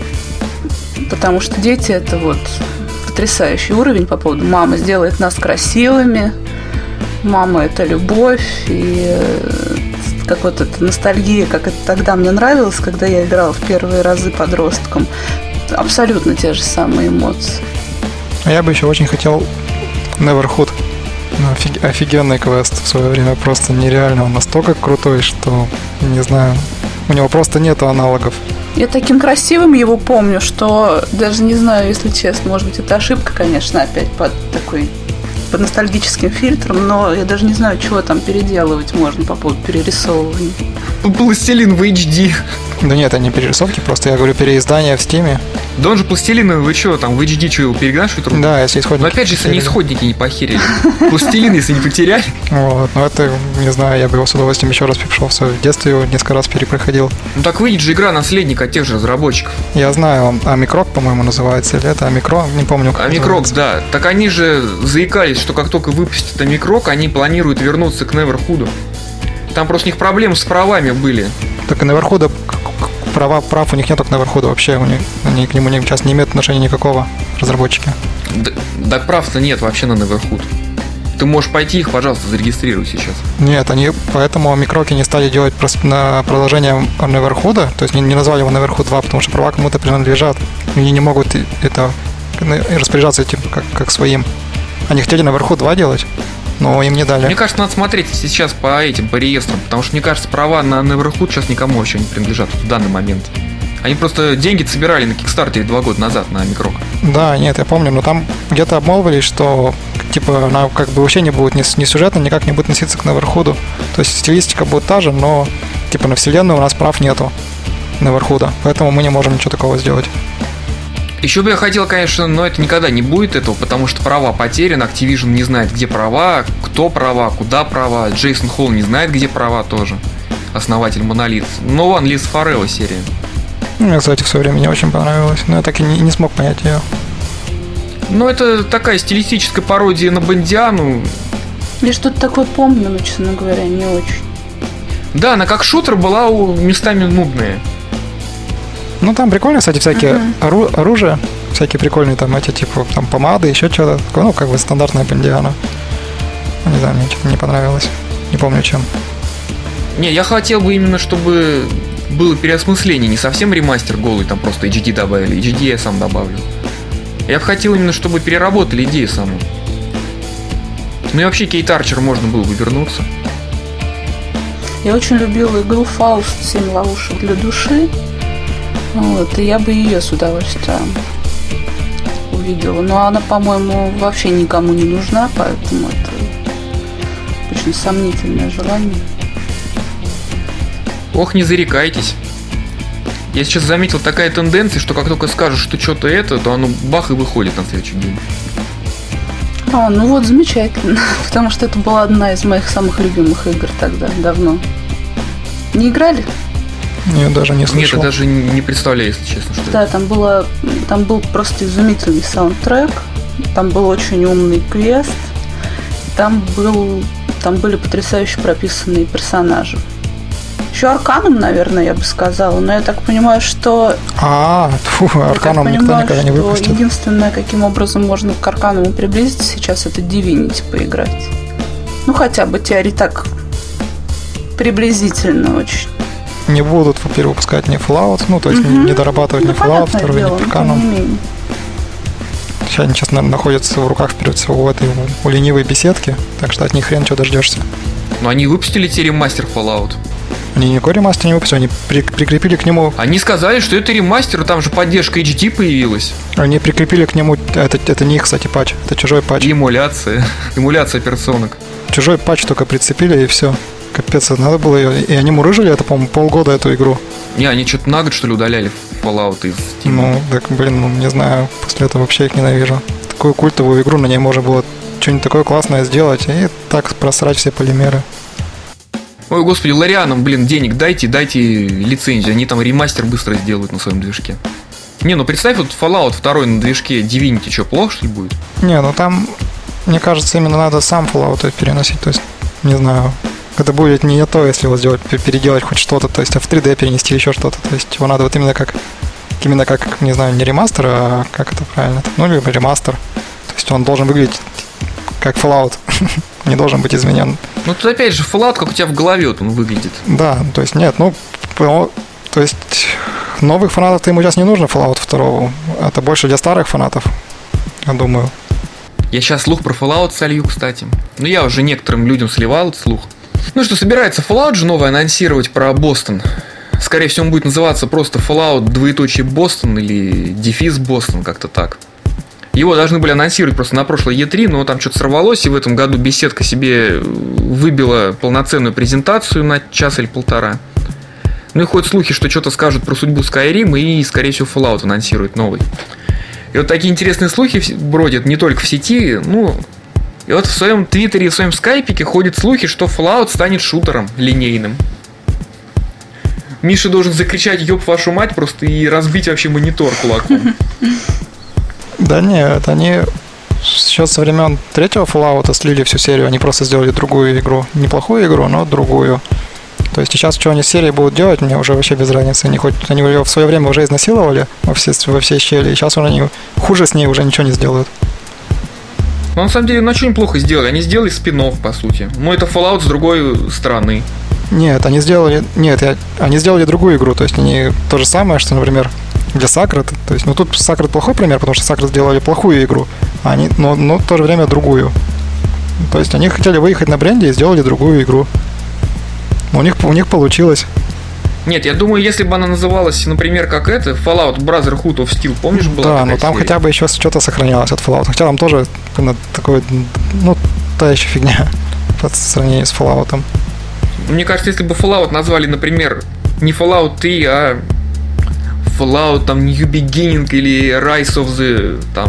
Потому что дети – это вот потрясающий уровень по поводу «мама сделает нас красивыми», «мама – это любовь», и как вот эта ностальгия, как это тогда мне нравилось, когда я играла в первые разы подростком. Абсолютно те же самые эмоции. Я бы еще очень хотел Neverhood. Офигенный квест в свое время, просто нереально. Он настолько крутой, что, не знаю, у него просто нету аналогов. Я таким красивым его помню, что даже не знаю, если честно, может быть, это ошибка, конечно, опять под ностальгическим фильтром, но я даже не знаю, чего там переделывать можно по поводу перерисовывания. Пластилин в HD. Да нет, это не перерисовки, просто я говорю переиздание в Steam. Да он же пластилин, вы что, там в HD что, его перегнать, что ли? Да, если исходники. Но опять же, если они исходники не похерили. Пластилин, если не потеряли. Вот, но это, не знаю, я бы его с удовольствием еще раз пришел в свое детство, его несколько раз перепроходил. Ну так выйдет же игра наследник от тех же разработчиков. Я знаю, он Амикрок, по-моему, называется, или это Амикро, не помню, как Амикрок, называется. да. Так они же заикались, что как только выпустят Амикрок, они планируют вернуться к Neverhood. Там просто у них проблемы с правами были. Так и Neverhood, прав у них нету к Neverhood вообще, они к нему сейчас не имеют отношения никакого, разработчики. Да прав-то нет вообще на Neverhood. Ты можешь пойти их, пожалуйста, зарегистрируй сейчас. Нет, они поэтому Микроки не стали делать на продолжение Neverhood, то есть не назвали его Neverhood 2, потому что права кому-то принадлежат. Они не могут это распоряжаться этим как своим. Они хотели Neverhood 2 делать, но им не дали. Мне кажется, надо смотреть сейчас по реестрам, потому что, мне кажется, права на Neverhood сейчас никому вообще не принадлежат в данный момент. Они просто деньги собирали на Kickstarter 2 года назад на Микрок. Да, нет, я помню, но там где-то обмолвились, что типа она как бы вообще не будет ни сюжетно, никак не будет относиться к Neverhood. То есть стилистика будет та же, но типа на вселенную у нас прав нету Neverhood, поэтому мы не можем ничего такого сделать. Еще бы я хотел, конечно, но это никогда не будет этого, потому что права потеряны, Activision не знает, где права, кто права, куда права, Джейсон Холл не знает, где права тоже, основатель Monolith. No One Lives Forever серия. Мне, кстати, в свое время не очень понравилось, но я так и не смог понять ее. Ну, это такая стилистическая пародия на Бондиану. Я что-то такое помню, но, честно говоря, не очень. Да, она как шутер была местами нудная. Ну, там прикольно, кстати, всякие оружия, всякие прикольные там эти, типа, там помады, еще что-то. Ну, как бы стандартная Бондиана. Не знаю, мне что-то не понравилось. Не помню, чем. Не, я хотел бы именно, чтобы было переосмысление, не совсем ремастер голый, там просто HD добавили. HD я сам добавлю. Я бы хотел именно, чтобы переработали идею саму. Ну и вообще Кейт Арчер можно было бы вернуться. Я очень любила игру Фауст 7 ловушек для души. Вот, и я бы ее с удовольствием увидела. Но она, по-моему, вообще никому не нужна, поэтому это очень сомнительное желание. Ох, не зарекайтесь. Я сейчас заметил такая тенденция, что как только скажешь, что что-то это, то оно бах и выходит на следующий день. Ну вот, замечательно. Потому что это была одна из моих самых любимых игр тогда, давно. Не играли? Нет, даже не слышал. Нет, я даже не представляю, если честно, что да, это. там был просто изумительный саундтрек, там был очень умный квест, там были потрясающе прописанные персонажи. Еще Арканум, наверное, я бы сказала, но я так понимаю, что... Арканум никто никогда не выпустит. Единственное, каким образом можно к Аркануму приблизиться сейчас, это Divinity поиграть. Ну, хотя бы так приблизительно очень. Не будут перевыпускать ни Fallout, ну, то есть не дорабатывать ни Fallout, второй, ни Arcanum. Сейчас они сейчас находятся в руках вперед всего у ленивой беседки, так что от них хрен чего дождешься. Но они выпустили теперь ремастер Fallout. Они никакой ремастер не выпустили, они прикрепили к нему... Они сказали, что это ремастер, там же поддержка HD появилась. Они прикрепили к нему... Это не их, кстати, патч, это чужой патч. Эмуляция операционок. Чужой патч только прицепили, и все. Капец, надо было ее... И они мурыжили это, по-моему, полгода эту игру. Не, они что-то на год, что ли, удаляли Fallout из Steam. Ну, так, не знаю, после этого вообще их ненавижу. Такую культовую игру, на ней можно было что-нибудь такое классное сделать, и так просрать все полимеры. Ой, господи, Лорианам, денег дайте лицензию. Они там ремастер быстро сделают на своем движке. Не, ну представь, вот Fallout 2 на движке Divinity, что, плохо, что ли, будет? Не, ну там, мне кажется, именно надо сам Fallout переносить. То есть, не знаю, это будет не то, если его сделать, переделать хоть что-то, то есть, а в 3D перенести еще что-то. То есть, его надо вот именно как, не знаю, не ремастер, а как это правильно? Ну, либо ремастер. То есть, он должен выглядеть как Fallout. Не должен быть изменен. Ну, тут опять же Fallout, как у тебя в голове вот он выглядит. Да, то есть, нет, ну, то есть, новых фанатов ему сейчас не нужно Fallout 2. Это больше для старых фанатов, я думаю. Я сейчас слух про Fallout солью, кстати. Ну, я уже некоторым людям сливал этот слух. Ну что, собирается Fallout же новый анонсировать про Бостон. Скорее всего, он будет называться просто Fallout Бостон или дефис Бостон, как-то так. Его должны были анонсировать просто на прошлой E3, но там что-то сорвалось, и в этом году беседка себе выбила полноценную презентацию на час или полтора. Ну и ходят слухи, что что-то скажут про судьбу Skyrim, и, скорее всего, Fallout анонсирует новый. И вот такие интересные слухи бродят не только в сети, ну... И вот в своем твиттере и в своем скайпике ходят слухи, что Fallout станет шутером линейным. Миша должен закричать «ёб вашу мать» просто и разбить вообще монитор кулаком. Да нет, они сейчас со времен третьего Fallout слили всю серию, они просто сделали другую игру. Неплохую игру, но другую. То есть сейчас, что они с серией будут делать, мне уже вообще без разницы. Они ее в свое время уже изнасиловали во все щели, и сейчас они хуже с ней уже ничего не сделают. Но на самом деле, ну что они плохо сделали? Они сделали спин-офф, по сути. Ну, это Fallout с другой стороны. Нет, они сделали другую игру. То есть они то же самое, что, например, для Sacred. То есть, ну тут Sacred плохой пример, потому что Sacred сделали плохую игру, но в то же время другую. То есть они хотели выехать на бренде и сделали другую игру. У них получилось. Нет, я думаю, если бы она называлась, например, как это, Fallout Brotherhood of Steel, помнишь, была да, такая но там серия? хотя бы еще что-то сохранялось от Fallout. Хотя там тоже такое, ну, та еще фигня по сравнению с Fallout. Мне кажется, если бы Fallout назвали, например, не Fallout 3, а Fallout там New Beginning или Rise of the там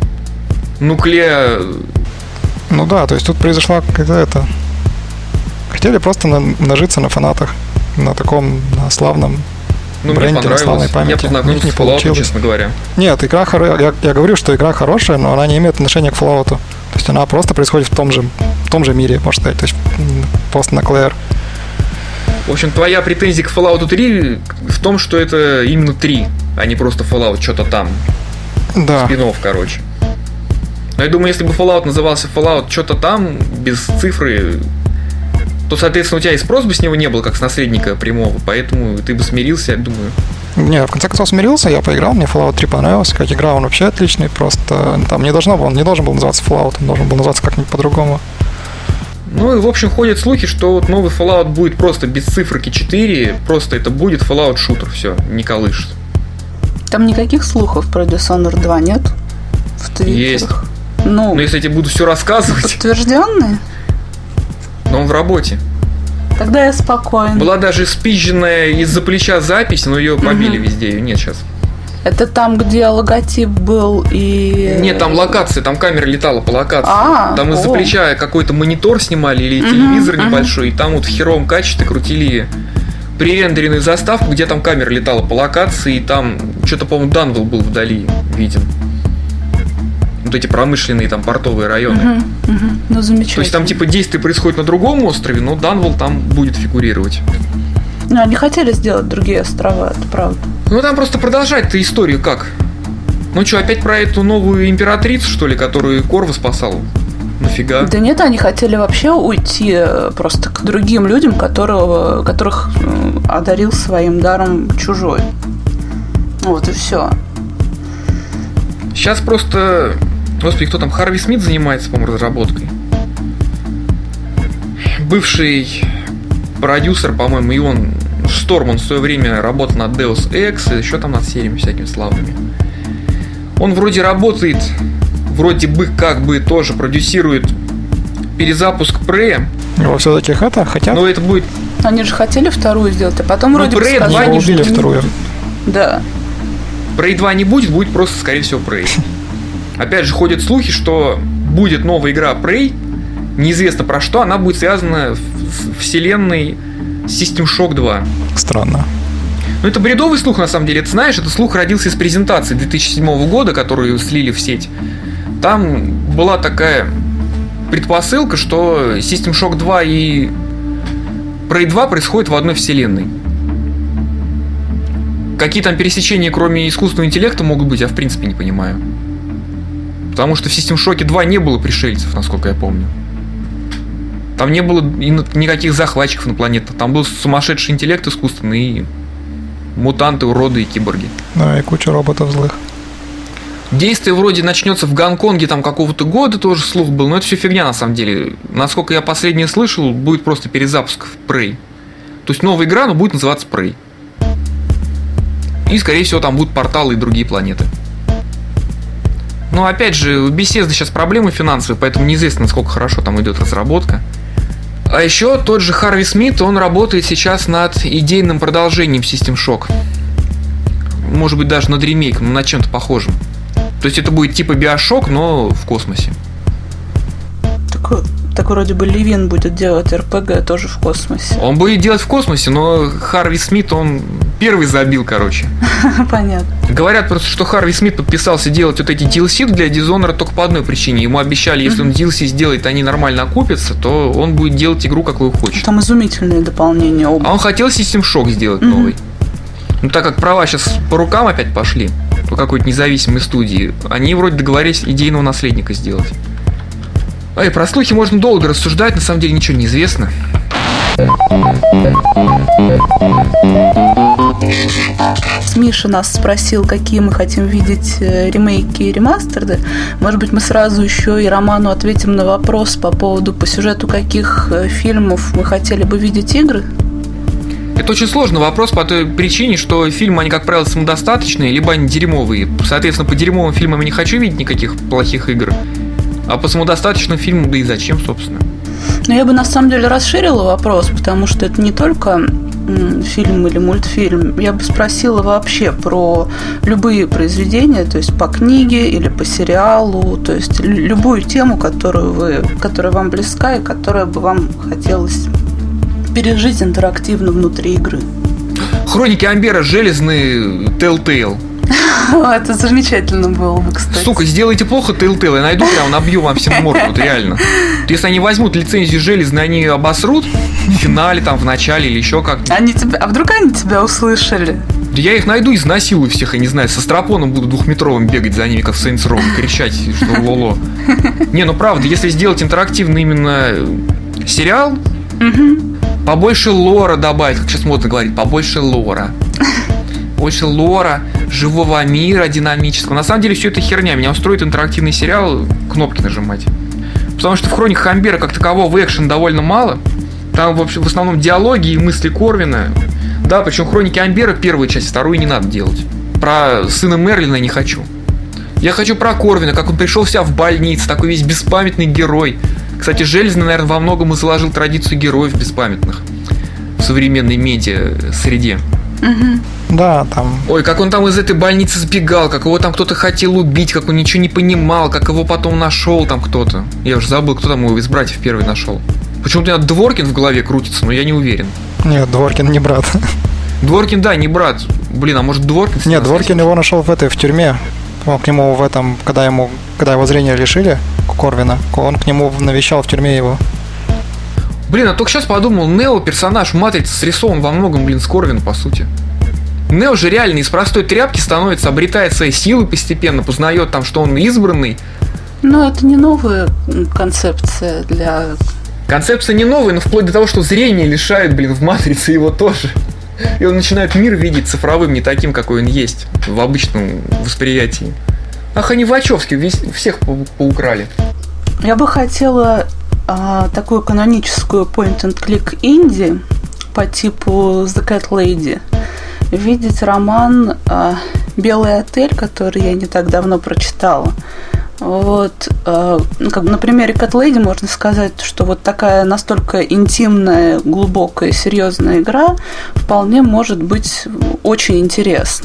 Nuclear. Ну да, то есть тут произошла какая-то... Хотели просто нажиться на фанатах, на таком славном бренде, на славной памяти. Я познакомился с Fallout, честно говоря. Нет, я говорю, что игра хорошая, но она не имеет отношения к Fallout. То есть она просто происходит в том же мире, можно сказать, то есть пост-наклеер. В общем, твоя претензия к Fallout 3 в том, что это именно 3, а не просто Fallout что-то там. Да. Спин-офф, короче. Но я думаю, если бы Fallout назывался Fallout что-то там, без цифры, то, соответственно, у тебя и спрос бы с него не был, как с наследника прямого, поэтому ты бы смирился, я думаю. Не, в конце концов смирился, я поиграл, мне Fallout 3 понравился, как игра, он вообще отличный, просто там он не должен был называться Fallout, он должен был называться как-нибудь по-другому. Ну и, в общем, ходят слухи, что вот новый Fallout будет просто без циферки 4, просто это будет Fallout шутер, все, не колышет. Там никаких слухов про Dishonored 2 нет? В твиттерах? Есть. Ну, Но если я тебе буду все рассказывать, подтвержденные? но он в работе. Тогда я спокойна. Была даже спизженная из-за плеча запись, но ее побили везде, ее нет сейчас. Это там, где логотип был и... Нет, там локация, там камера летала по локации. Там из-за плеча какой-то монитор снимали или телевизор небольшой, и там вот в херовом качестве крутили пререндеренную заставку, где там камера летала по локации, и там что-то, по-моему, Данвилл был вдали виден. Вот эти промышленные там портовые районы. Ну, замечательно. То есть там типа действие происходит на другом острове, но Данвилл там будет фигурировать. Ну, они хотели сделать другие острова, это правда. Ну там просто продолжать-то историю как? Ну что, опять про эту новую императрицу, что ли, которую Корва спасал? Нафига? Да нет, они хотели вообще уйти просто к другим людям, которых одарил своим даром чужой. Вот и все. Сейчас просто... Господи, кто там? Харви Смит занимается, по-моему, разработкой. Бывший продюсер, по-моему, и он... Шторм, он в свое время работал над Deus Ex и еще там над сериями всякими славными. Он вроде работает, вроде бы как бы тоже продюсирует перезапуск Prey. Его все-таки хотят? Но это будет... Они же хотели вторую сделать, а потом вроде бы Prey 2 не убили вторую. Да. Prey 2 не будет просто, скорее всего, Prey. Опять же, ходят слухи, что будет новая игра Prey, неизвестно про что, она будет связана с вселенной System Shock 2. Странно. Ну, это бредовый слух, на самом деле. Ты знаешь, этот слух родился из презентации 2007 года, которую слили в сеть. Там была такая предпосылка, что System Shock 2 и Prey 2 происходят в одной вселенной. Какие там пересечения, кроме искусственного интеллекта, могут быть, я в принципе не понимаю. Потому что в System Shock 2 не было пришельцев, насколько я помню. Там не было никаких захватчиков инопланетных. Там был сумасшедший интеллект искусственный и мутанты, уроды и киборги. Ну и куча роботов злых. Действие вроде начнется в Гонконге там какого-то года, тоже слух был, но это все фигня на самом деле. Насколько я последнее слышал, будет просто перезапуск в Prey. То есть новая игра, но будет называться Prey. И, скорее всего, там будут порталы и другие планеты. Но, опять же, у Bethesda сейчас проблемы финансовые, поэтому неизвестно, насколько хорошо там идет разработка. А еще тот же Харви Смит, он работает сейчас над идейным продолжением System Shock. Может быть, даже над ремейком, но над чем-то похожим. То есть это будет типа Bioshock, но в космосе. Так вроде бы Левин будет делать РПГ тоже в космосе. Он будет делать в космосе, но Харви Смит, он первый забил, короче. Понятно. Говорят просто, что Харви Смит подписался делать вот эти DLC для Dishonored только по одной причине. Ему обещали, если он DLC сделает, они нормально окупятся, то он будет делать игру, какую хочет. Там изумительные дополнения оба. А он хотел System Shock сделать новый. Ну, так как права сейчас по рукам опять пошли, по какой-то независимой студии, они вроде договорились идейного наследника сделать. Эй, про слухи можно долго рассуждать, на самом деле ничего не известно. Миша нас спросил, какие мы хотим видеть ремейки и ремастеры. Может быть, мы сразу еще и Роману ответим на вопрос по поводу, по сюжету каких фильмов мы хотели бы видеть игры? Это очень сложный вопрос по той причине, что фильмы, они, как правило, самодостаточные, либо они дерьмовые. Соответственно, по дерьмовым фильмам я не хочу видеть никаких плохих игр. А по самодостаточным фильмам, да и зачем, собственно? Ну, я бы на самом деле расширила вопрос, потому что это не только фильм или мультфильм. Я бы спросила вообще про любые произведения, то есть по книге или по сериалу, то есть любую тему, которая вам близка и которая бы вам хотелось пережить интерактивно внутри игры. Хроники Амбера, железный Telltale. Это замечательно было бы, кстати. Сука, сделайте плохо Telltale, я найду, прям набью вам всем морду, вот реально. Если они возьмут лицензию железную, они ее обосрут в финале, там, в начале или еще как-то. А вдруг они тебя услышали? Да я их найду, изнасилую всех, я не знаю, со стропоном буду 2-метровым бегать за ними, как в Saints Row, кричать, что лоло. Не, ну правда, если сделать интерактивный именно сериал, побольше лора добавить, как сейчас модно говорить, побольше лора. Больше лора, живого мира динамического. На самом деле все это херня. Меня устроит интерактивный сериал, кнопки нажимать. Потому что в хрониках Амбера как такового экшен довольно мало. Там вообще в основном диалоги и мысли Корвина. Да, причем хроники Амбера первую часть, вторую не надо делать. Про сына Мерлина я не хочу. Я хочу про Корвина, как он пришел в себя в больницу, такой весь беспамятный герой. Кстати, Железный, наверное, во многом и заложил традицию героев беспамятных в современной медиа-среде. Да, там. Ой, как он там из этой больницы сбегал, как его там кто-то хотел убить, как он ничего не понимал, как его потом нашел там кто-то. Я уже забыл, кто там его из братьев первый нашел. Почему-то у меня Дворкин в голове крутится, но я не уверен. Нет, Дворкин не брат. Дворкин, да, не брат. Блин, а может Дворкин? Нет, Дворкин его нашел в тюрьме. Он к нему в этом, когда его зрение лишили, Корвина, он к нему навещал в тюрьме его. Блин, а только сейчас подумал, Нео персонаж Матрицы срисован во многом, с Корвина, по сути. Нео же реально из простой тряпки становится, обретает свои силы постепенно, познает там, что он избранный. Но это не новая концепция для... Концепция не новая, но вплоть до того, что зрение лишает, в Матрице его тоже. И он начинает мир видеть цифровым, не таким, какой он есть в обычном восприятии. Ах, они Вачовски всех поукрали. Я бы хотела такую каноническую point-and-click инди по типу The Cat Lady видеть роман «Белый отель», который я не так давно прочитала. Вот, на примере Cat Lady можно сказать, что вот такая настолько интимная, глубокая, серьезная игра вполне может быть очень интересна.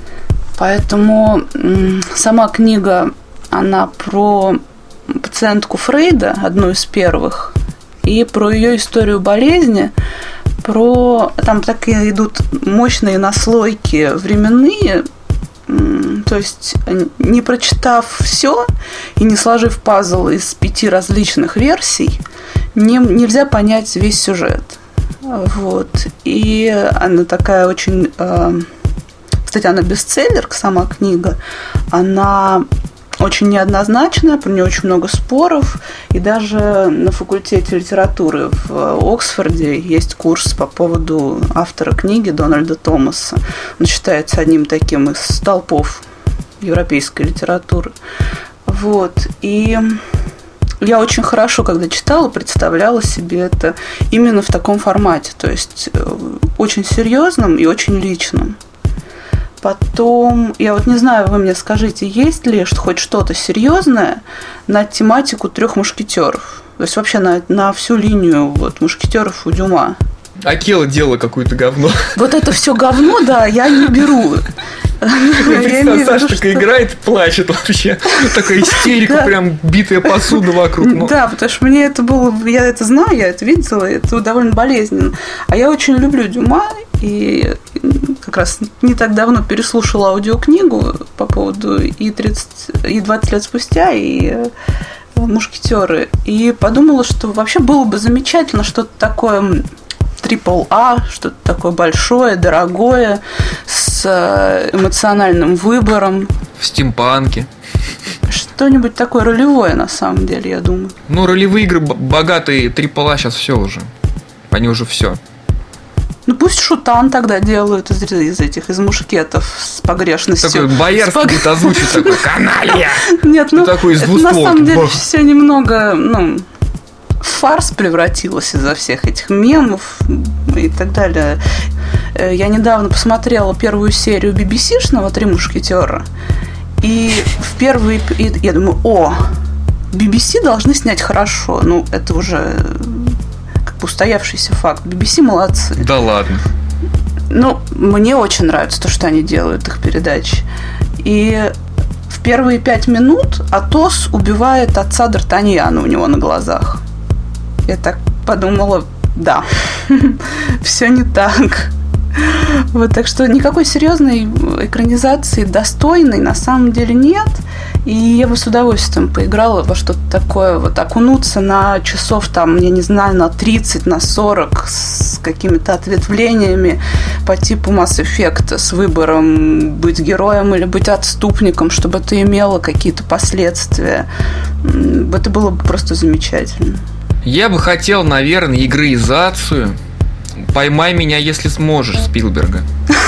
Поэтому сама книга, она про пациентку Фрейда, одну из первых, и про ее историю болезни. Там такие идут мощные наслойки временные. То есть, не прочитав все и не сложив пазл из 5 различных версий, нельзя понять весь сюжет. Вот. И она такая очень... Кстати, она бестселлер, сама книга. Она очень неоднозначная, про нее очень много споров. И даже на факультете литературы в Оксфорде есть курс по поводу автора книги Дональда Томаса. Он считается одним таким из столпов европейской литературы. Вот. И я очень хорошо, когда читала, представляла себе это именно в таком формате. То есть очень серьезном и очень личном. Потом, я вот не знаю, вы мне скажите, есть ли хоть что-то серьезное на тематику 3 мушкетеров? То есть вообще на всю линию вот, мушкетеров у Дюма. Акела делала какое-то говно. Вот это все говно, да, я не беру. Саша такая играет и плачет вообще. Такая истерика, прям битая посуда вокруг. Да, потому что мне это было, я это знаю, я это видела, это довольно болезненно. А я очень люблю Дюма, и как раз не так давно переслушала аудиокнигу по поводу и 20 лет спустя, и «Мушкетеры». И подумала, что вообще было бы замечательно что-то такое AAA, что-то такое большое, дорогое, с эмоциональным выбором. В стимпанке. Что-нибудь такое ролевое, на самом деле, я думаю. Ну, ролевые игры богатые, AAA сейчас все уже. Они уже все. Ну, пусть Шутан тогда делают из мушкетов с погрешностью. Такой боярский будет озвучить, такой каналья. Нет, ну, такой из это двустволки. На самом деле все немного, в фарс превратилось из-за всех этих мемов и так далее. Я недавно посмотрела первую серию BBC-шного «Три мушкетера», и в первый... Я думаю, BBC должны снять хорошо. Ну, это уже как бы устоявшийся факт. BBC молодцы. Да ладно. Ну, мне очень нравится то, что они делают, их передачи. И в первые 5 минут Атос убивает отца Д'Артаньяна у него на глазах. Я так подумала, да, все не так. Вот, так что никакой серьезной экранизации достойной на самом деле нет. И я бы с удовольствием поиграла во что-то такое, вот окунуться на часов там, я не знаю, на 30, на 40 с какими-то ответвлениями по типу Mass Effect, с выбором быть героем или быть отступником, чтобы это имело какие-то последствия. Это было бы просто замечательно. Я бы хотел, наверное, игроизацию «Поймай меня, если сможешь» Спилберга.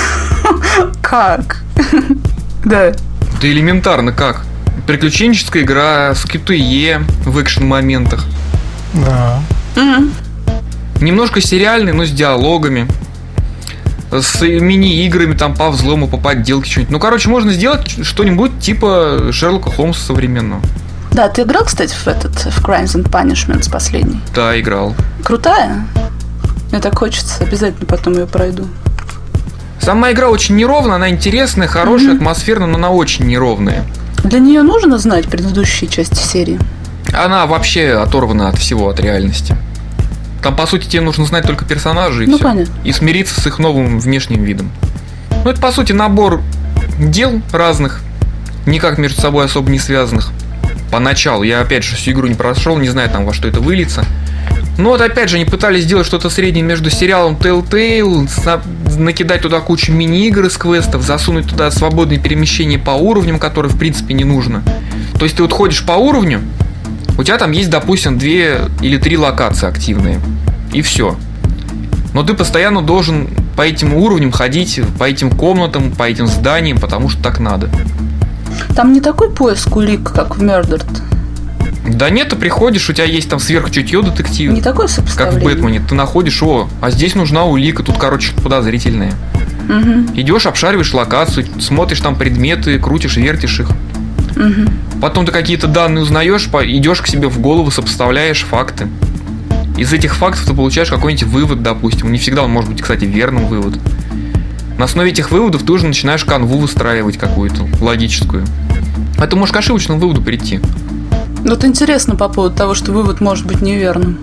Как? Да. Да элементарно как. Приключенческая игра с QTE в экшн-моментах. Да. Немножко сериальный, но с диалогами. С мини-играми там по взлому, по подделке, что-нибудь. Ну, короче, можно сделать что-нибудь типа Шерлока Холмса современного. Да, ты играл, кстати, в Crimes and Punishments последний? Да, играл. Крутая? Мне так хочется, обязательно потом ее пройду. Сама игра очень неровная, она интересная, хорошая, атмосферная, но она очень неровная. Для нее нужно знать предыдущие части серии? Она вообще оторвана от всего, от реальности. Там, по сути, тебе нужно знать только персонажей и все. Понятно. И смириться с их новым внешним видом. Ну, это, по сути, набор дел разных, никак между собой особо не связанных. Поначалу. Я, опять же, всю игру не прошел, не знаю, там, во что это выльется. Но вот, опять же, они пытались сделать что-то среднее между сериалом Telltale, накидать туда кучу мини-игр из квестов, засунуть туда свободные перемещения по уровням, которые, в принципе, не нужно. То есть ты вот ходишь по уровню, у тебя там есть, допустим, 2 или 3 локации активные. И все. Но ты постоянно должен по этим уровням ходить, по этим комнатам, по этим зданиям, потому что так надо. Там не такой поиск улик, как в Murdered. Да нет, ты приходишь, у тебя есть там сверхчутье детектив. Не такое сопоставление. Как в Бэтмене. Ты находишь, а здесь нужна улика, тут, короче, подозрительное. Идешь, обшариваешь локацию, смотришь там предметы, крутишь, вертишь их. Потом ты какие-то данные узнаешь, идешь к себе в голову, сопоставляешь факты. Из этих фактов ты получаешь какой-нибудь вывод, допустим. Не всегда он может быть, кстати, верным вывод. На основе этих выводов ты уже начинаешь канву выстраивать какую-то логическую. А ты можешь к ошибочному выводу прийти. Вот интересно по поводу того, что вывод может быть неверным.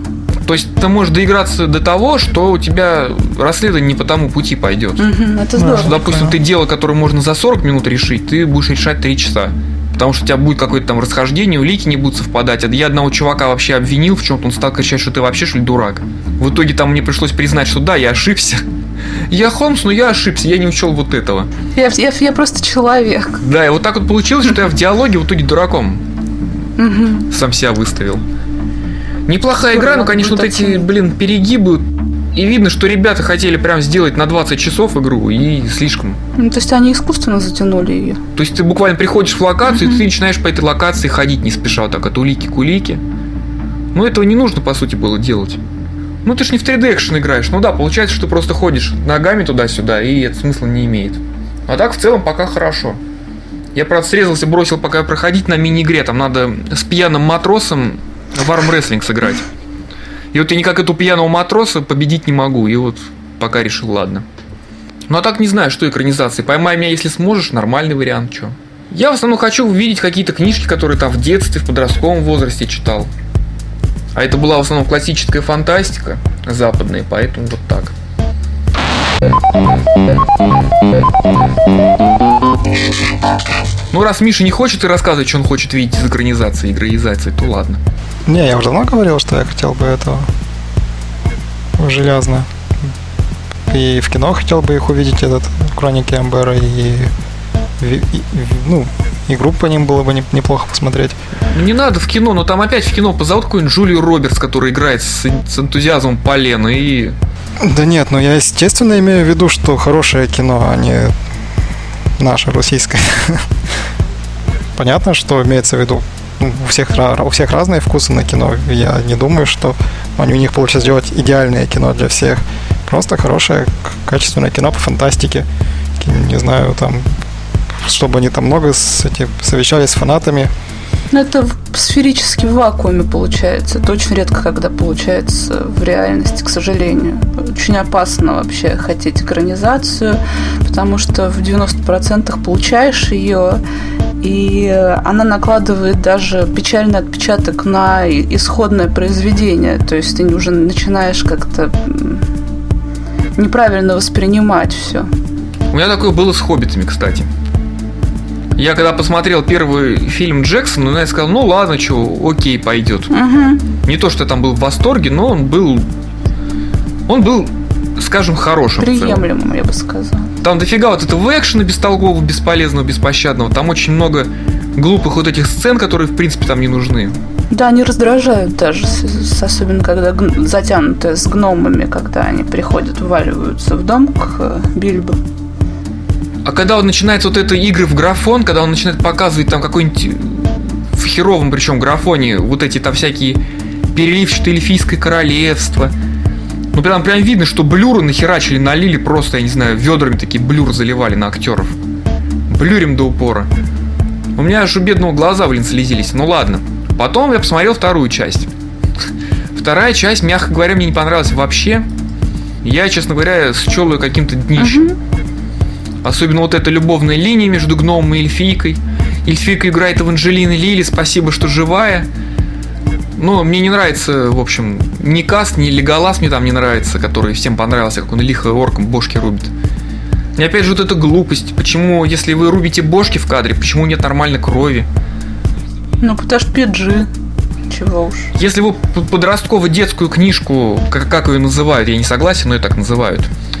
То есть ты можешь доиграться до того, что у тебя расследование не по тому пути пойдет. Это здорово. Что, допустим, ты дело, которое можно за 40 минут решить, ты будешь решать 3 часа. Потому что у тебя будет какое-то там расхождение, улики не будут совпадать. Я одного чувака вообще обвинил в чем-то, он стал кричать, что ты вообще, что ли, дурак. В итоге там мне пришлось признать, что да, я ошибся. Я Холмс, но я ошибся, я не учел вот этого. Я просто человек. Да, и вот так вот получилось, что я в диалоге в итоге дураком сам себя выставил. Неплохая игра, но, конечно, вот эти, перегибы. И видно, что ребята хотели прям сделать на 20 часов игру, и слишком. То есть они искусственно затянули ее. То есть ты буквально приходишь в локацию, и ты начинаешь по этой локации ходить не спеша, вот так от улики к улике. Но этого не нужно, по сути, было делать. Ты ж не в 3D экшен играешь. Да, получается, что ты просто ходишь ногами туда-сюда, и это смысла не имеет. А так, в целом, пока хорошо. Я, правда, срезался, бросил пока проходить на мини-игре. Там надо с пьяным матросом в армрестлинг сыграть. И вот я никак эту пьяного матроса победить не могу. И вот пока решил, ладно. А так не знаю, что экранизации. Поймай меня, если сможешь, нормальный вариант, чё. Я в основном хочу увидеть какие-то книжки, которые там в детстве, в подростковом возрасте читал. А это была в основном классическая фантастика западная, поэтому вот так. Раз Миша не хочет и рассказывать, что он хочет видеть из экранизации, игроизации, то ладно. Не, я уже давно говорил, что я хотел бы этого железно. И в кино хотел бы их увидеть, этот Хроники Амбера, и игру по ним было бы неплохо посмотреть. Не надо в кино, но там опять в кино позовут какую-нибудь Джулию Робертс, которая играет с энтузиазмом полена и... Да нет, я естественно имею в виду, что хорошее кино, а не наше, российское. Понятно, что имеется в виду. У всех разные вкусы на кино. Я не думаю, что у них получится сделать идеальное кино для всех. Просто хорошее, качественное кино по фантастике. Не знаю, там, чтобы они там много совещались с фанатами. Это сферически в вакууме получается. Это очень редко, когда получается в реальности, к сожалению. Очень опасно вообще хотеть экранизацию, потому что в 90% получаешь ее, и она накладывает даже печальный отпечаток на исходное произведение. То есть ты уже начинаешь как-то неправильно воспринимать все. У меня такое было с «Хоббитами», кстати. Я когда посмотрел первый фильм Джексона, я сказал, ладно, окей, пойдет. Не то, что я там был в восторге, но он был, скажем, хорошим. Приемлемым, я бы сказал. Там дофига вот этого экшена бестолкового, бесполезного, беспощадного. Там очень много глупых вот этих сцен, которые, в принципе, там не нужны. Да, они раздражают даже, особенно когда затянутые с гномами, когда они приходят, вваливаются в дом к Бильбо. А когда он начинает вот это игры в графон, когда он начинает показывать там какой-нибудь в херовом причем графоне вот эти там всякие переливчатые эльфийское королевство. Прям видно, что блюры нахерачили, налили просто, я не знаю, ведрами такие блюр заливали на актеров. Блюрим до упора. У меня аж у бедного глаза, слезились. Ладно. Потом я посмотрел вторую часть. Вторая часть, мягко говоря, мне не понравилась вообще. Я, честно говоря, счел ее каким-то днищем. Особенно вот эта любовная линия между гномом и эльфийкой. Эльфийка играет Эванжелина Лили, спасибо, что живая. Но мне не нравится, в общем, ни Каст, ни Леголас мне там не нравится, который всем понравился, как он лихо орком бошки рубит. И опять же вот эта глупость. Почему, если вы рубите бошки в кадре, почему нет нормальной крови? Потому что PG. Чего уж. Если вы подростково-детскую книжку, как ее называют, я не согласен, но ее так называют.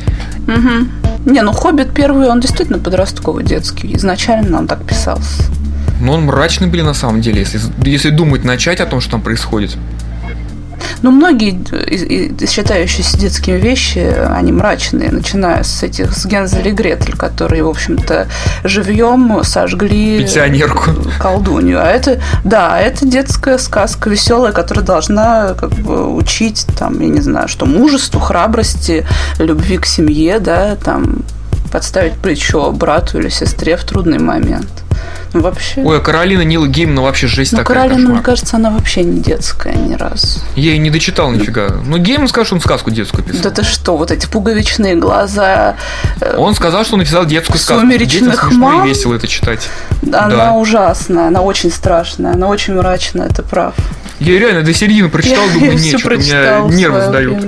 «Хоббит» первый, он действительно подростковый, детский. Изначально он так писался. Но он мрачный, на самом деле, если думать начать о том, что там происходит. Многие считающиеся детскими вещи, они мрачные, начиная с Гензель и Гретель, которые, в общем-то, живьем сожгли пенсионерку, колдунью. А это детская сказка веселая, которая должна учить, я не знаю, что мужеству, храбрости, любви к семье, подставить плечо брату или сестре в трудный момент. Вообще. Ой, а Каролина Нила Геймана вообще жесть такая. Каролина, кошмар. мне кажется, она вообще не детская ни разу. Я ее не дочитал нифига. Гейман сказал, что он сказку детскую писал. Да ты что, вот эти пуговичные глаза. Он сказал, что написал детскую сказку. Сумеречных детям смешно мам. и весело это читать. Она ужасная, она очень страшная, она очень мрачная, ты прав. Я реально до середины прочитал, думаю, нет, что-то у меня нервы сдают.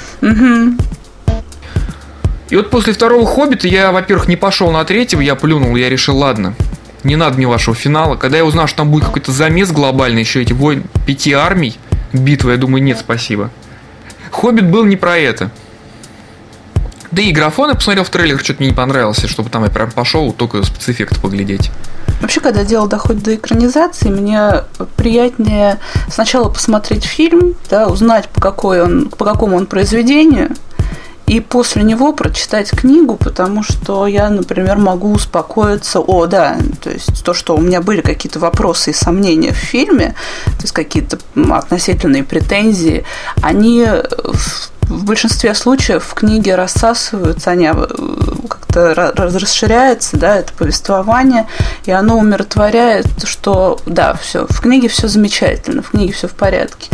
И вот после второго «Хоббита» я, во-первых, не пошел на третьего, я плюнул, я решил, ладно, не надо мне вашего финала. Когда я узнал, что там будет какой-то замес глобальный, еще эти войны 5 армий, битвы, я думаю, нет, спасибо. «Хоббит» был не про это. Да и графон я посмотрел в трейлер, что-то мне не понравился, чтобы там я прям пошел только спецэффекты поглядеть. Вообще, когда дело доходит до экранизации, мне приятнее сначала посмотреть фильм, да, узнать, по какому он произведению, и после него прочитать книгу, потому что я, например, могу успокоиться, то есть то, что у меня были какие-то вопросы и сомнения в фильме, то есть какие-то относительные претензии, они в большинстве случаев в книге рассасываются, они как-то расширяются, да, это повествование, и оно умиротворяет, что да, все, в книге все замечательно, в книге все в порядке.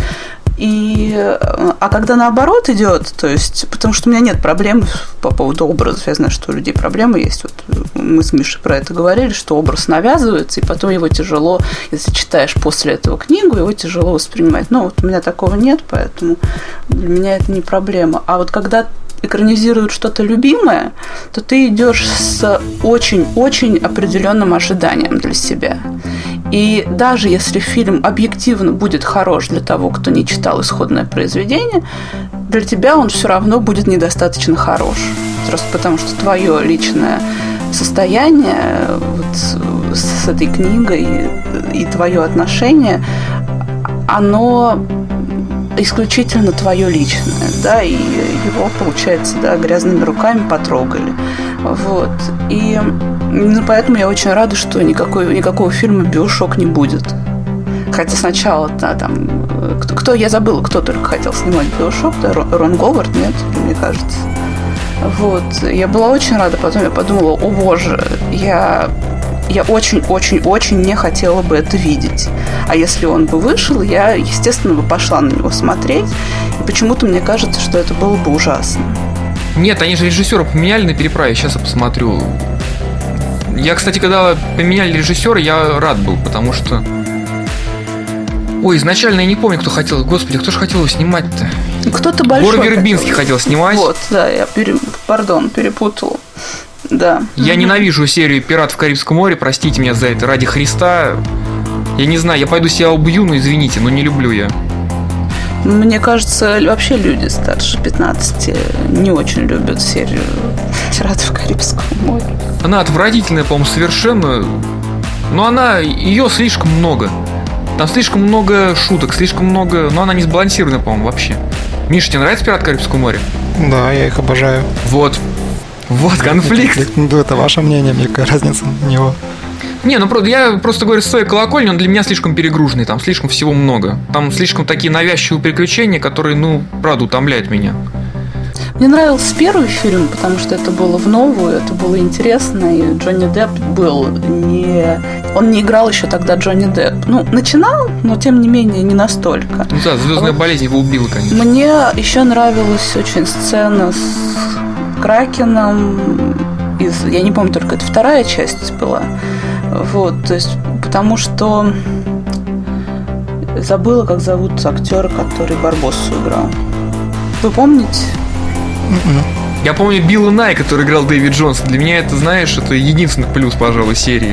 А когда наоборот идет, то есть, потому что у меня нет проблем по поводу образов, я знаю, что у людей проблемы есть, вот мы с Мишей про это говорили, что образ навязывается, и потом его тяжело, если читаешь после этого книгу, его тяжело воспринимать. Но вот у меня такого нет, поэтому для меня это не проблема. А вот когда экранизируют что-то любимое, то ты идешь с очень-очень определенным ожиданием для себя. И даже если фильм объективно будет хорош для того, кто не читал исходное произведение, для тебя он все равно будет недостаточно хорош. Просто потому что твое личное состояние вот с этой книгой и твое отношение, оно исключительно твое личное, да, и его, получается, да, грязными руками потрогали. Вот. И поэтому я очень рада, что никакого фильма «Биошок» не будет. Хотя сначала, да, там, я забыла, кто только хотел снимать «Биошок», да, Рон Говард, нет, мне кажется. Вот. Я была очень рада, потом я подумала, о боже, я очень-очень-очень не хотела бы это видеть. А если он бы вышел, я, естественно, бы пошла на него смотреть. И почему-то мне кажется, что это было бы ужасно. Нет, они же режиссера поменяли на переправе, сейчас я посмотрю. Я, кстати, когда поменяли режиссера, я рад был, потому что... Ой, изначально я не помню, кто хотел... Господи, кто же хотел его снимать-то? Кто-то большой. Гор Вербинский хотел снимать. Вот, да, я перепутала. Да. Я ненавижу серию «Пират в Карибском море», простите меня за это, ради Христа. Я не знаю, я пойду себя убью, но извините, но не люблю я. Мне кажется, вообще люди старше 15 не очень любят серию «Пиратов Карибского моря». Она отвратительная, по-моему, совершенно. Но ее слишком много. Там слишком много шуток, слишком много... Но она не сбалансированная, по-моему, вообще. Миша, тебе нравится «Пират Карибского моря»? Да, я их обожаю. Вот конфликт. Ну, это ваше мнение, мне какая разница на него. Не, я просто говорю, с своей колокольни, он для меня слишком перегруженный, там слишком всего много. Там слишком такие навязчивые приключения, которые, правда, утомляют меня. Мне нравился первый фильм, потому что это было в новую, это было интересно, и Джонни Депп он не играл еще тогда Джонни Депп. Начинал, но тем не менее не настолько. Да, «Звездная болезнь» его убила, конечно. Мне еще нравилась очень сцена с Кракеном, я не помню, только это вторая часть была. Вот, то есть, потому что забыла, как зовут актера, который Барбоссу играл. Вы помните? Я помню Билла Най, который играл Дэвид Джонс. Для меня это, знаешь, это единственный плюс, пожалуй, серии.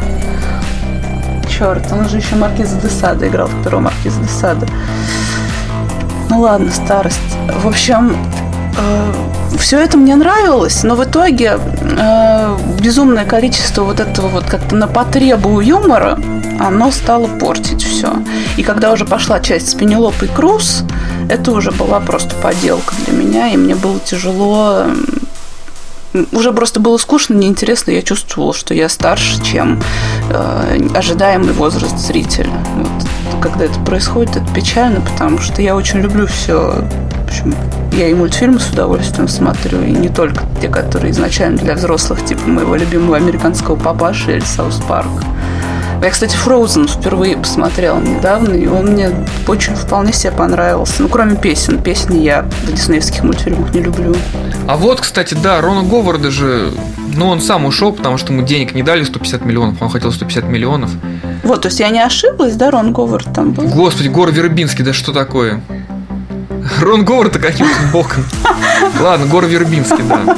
Черт, он же еще Маркиза де Сада играл, второго Маркиза де Сада. Ну ладно, старость. В общем, все это мне нравилось, но в итоге безумное количество вот этого вот как-то на потребу юмора, оно стало портить все. И когда уже пошла часть с Пенелопой Круз, это уже была просто поделка для меня, и мне было тяжело. Уже просто было скучно, неинтересно. Я чувствовала, что я старше, чем ожидаемый возраст зрителя. Вот. Когда это происходит, это печально, потому что я очень люблю все. В общем, я и мультфильмы с удовольствием смотрю, и не только те, которые изначально для взрослых, типа моего любимого американского папаши или Саус Парк. Я, кстати, Frozen впервые посмотрела недавно, и он мне очень вполне себе понравился. Кроме песен. Песни я в диснеевских мультфильмах не люблю. А вот, кстати, да, Рона Говарда же... он сам ушел, потому что ему денег не дали 150 миллионов. Он хотел 150 миллионов. Вот, то есть я не ошиблась, да, Рон Говард там был? Господи, Гор Вербинский, да что такое? Рон Говард окатился боком. Ладно, Гор Вербинский, да.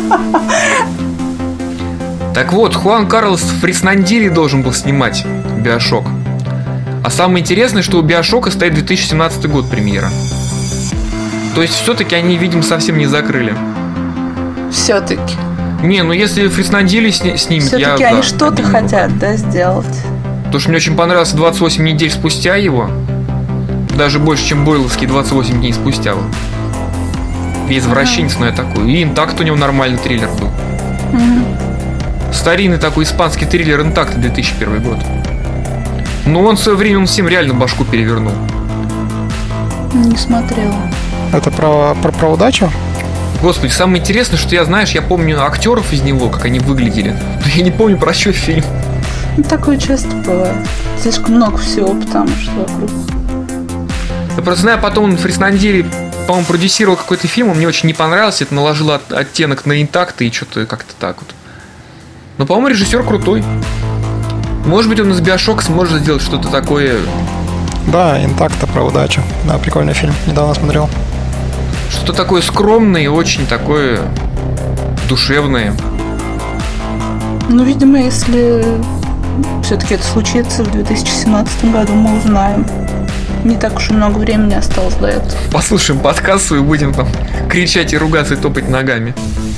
Так вот, Хуан Карлос Фреснандили должен был снимать Биошок. А самое интересное, что у Биошока стоит 2017 год премьера. То есть все-таки они, видимо, совсем не закрыли. Все-таки. Не, ну если Фреснандили снимет, все-таки они что-то хотят, да, сделать. Потому что мне очень понравился 28 недель спустя его. Даже больше, чем Бойловский 28 дней спустя. Извращенец, но я такой. И «Интакт» у него нормальный триллер был. Старинный такой испанский триллер «Интакт» 2001 год. Но он в свое время всем реально башку перевернул. Не смотрела. Это про удачу? Господи, самое интересное, что я помню актеров из него, как они выглядели. Но я не помню, про что фильм. Ну, такое часто бывает. Слишком много всего, потому что вокруг. Я просто знаю, потом Фреснандили, по-моему, продюсировал какой-то фильм, он мне очень не понравился, это наложило оттенок на «Интакт» и что-то как-то так вот. Но, по-моему, режиссер крутой. Может быть, он из Биошока сможет сделать что-то такое. Да, «Интакта» про удачу. Да, прикольный фильм. Недавно смотрел. Что-то такое скромное и очень такое душевное. Ну, видимо, если все-таки это случится в 2017 году, мы узнаем. Не так уж и много времени осталось до этого. Послушаем подкаст и будем там кричать и ругаться и топать ногами.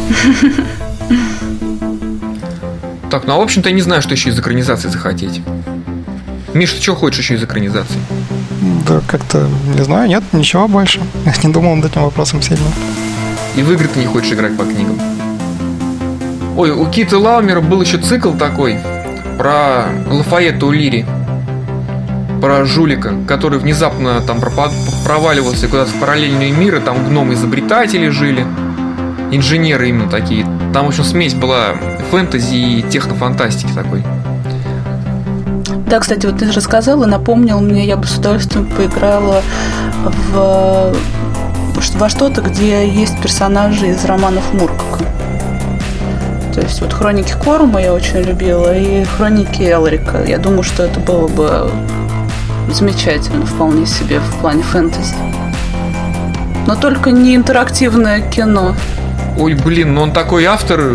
Так, ну а в общем-то я не знаю, что еще из экранизации захотеть. Миш, ты что хочешь еще из экранизации? Да как-то, не знаю, нет, ничего больше. Я не думал над этим вопросом сильно. И в игры ты не хочешь играть по книгам? Ой, у Кита Лаумера был еще цикл такой про Лафайетта Улири. Про жулика, который внезапно там проваливался куда-то в параллельные миры. Там гномы-изобретатели жили. Инженеры именно такие. Там, в общем, смесь была фэнтези и технофантастики такой. Да, кстати, вот ты рассказал и напомнил мне, я бы с удовольствием поиграла во что-то, где есть персонажи из романов Муркака. То есть вот «Хроники Корма» я очень любила, и «Хроники Элрика». Я думаю, что это было бы замечательно вполне себе в плане фэнтези. Но только не интерактивное кино. Ой, блин, но он такой автор,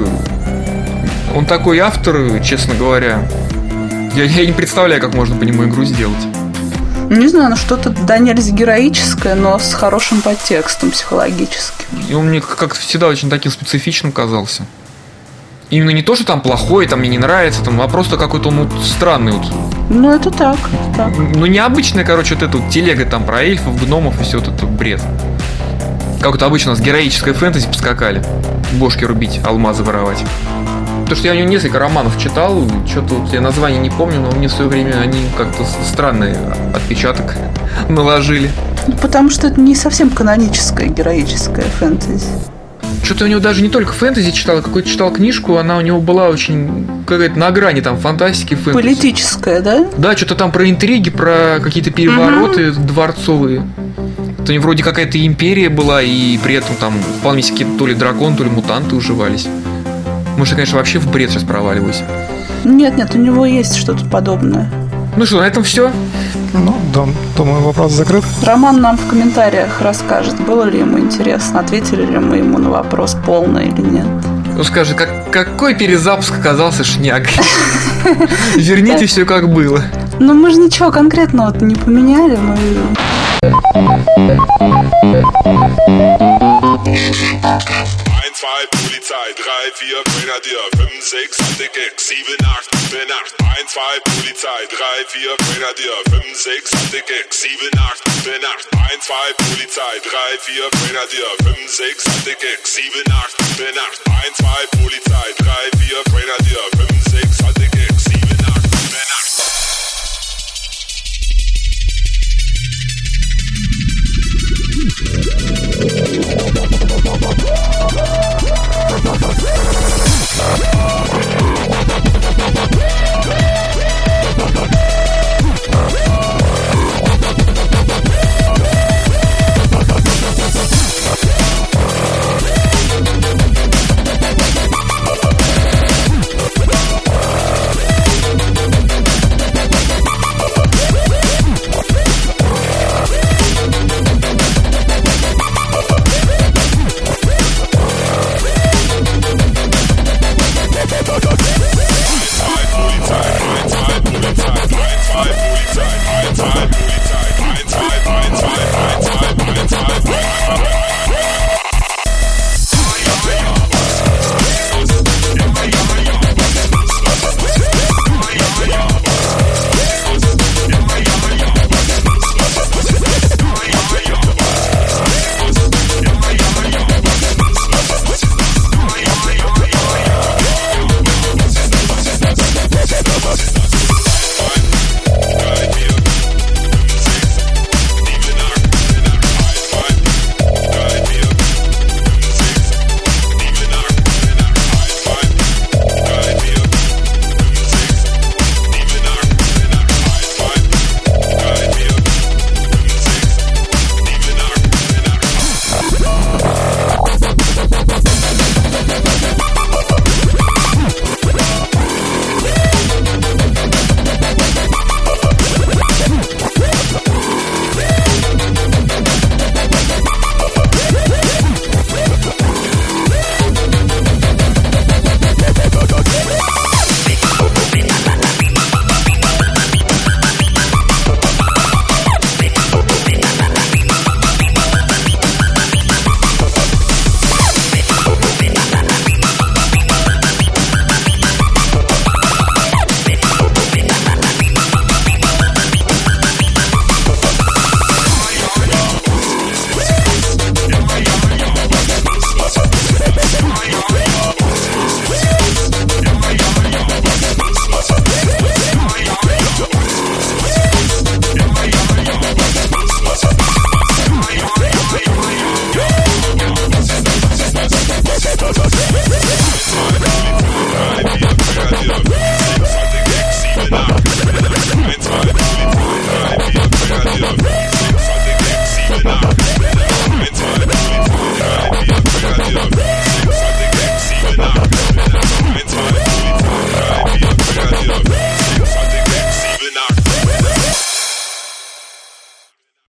честно говоря. Я не представляю, как можно по нему игру сделать. Не знаю, ну что-то да нельзя героическое, но с хорошим подтекстом психологическим. И он мне как-то всегда очень таким специфичным казался. Именно не то, что там плохой, там мне не нравится, там, а просто какой-то он вот странный вот. Ну, это так. Ну, необычная, короче, вот эта вот телега там про эльфов, гномов и все вот этот бред. Как вот обычно у нас героическое фэнтези поскакали. Бошки рубить, алмазы воровать. Потому что я у него несколько романов читал, что-то вот я название не помню, но мне в свое время они как-то странный отпечаток наложили. Потому что это не совсем каноническое героическое фэнтези. Что-то у него даже не только фэнтези читал, какую-то читал книжку, она у него была очень какая-то на грани там фантастики, фэнтези. Политическая, да? Да, что-то там про интриги, про какие-то перевороты дворцовые. То не вроде какая-то империя была, и при этом там вполне себе то ли дракон, то ли мутанты уживались. Может, я, конечно, вообще в бред сейчас проваливаюсь. Нет, у него есть что-то подобное. Ну что, на этом все? Ну, да, думаю, вопрос закрыт. Роман нам в комментариях расскажет, было ли ему интересно, ответили ли мы ему на вопрос полно или нет. Ну скажи, какой перезапуск оказался шняк? Верните все как было. Ну мы же ничего конкретного-то не поменяли, мы... 2, Polizei, 3, 4, Grenadier, 5, 6, Anti-Gag, 7, 8, 7, 8. 1, 2, Polizei, 3, 4, Grenadier, 5, 6, Anti-Gag, 7, 8, 7, 8. 1, 2, Polizei, 3, 4, Grenadier, 5, 6, Anti-Gag, 7, 8, 7, 8. 1, 2, Polizei, 3, 4, Grenadier, 5, 6, Anti-Gag.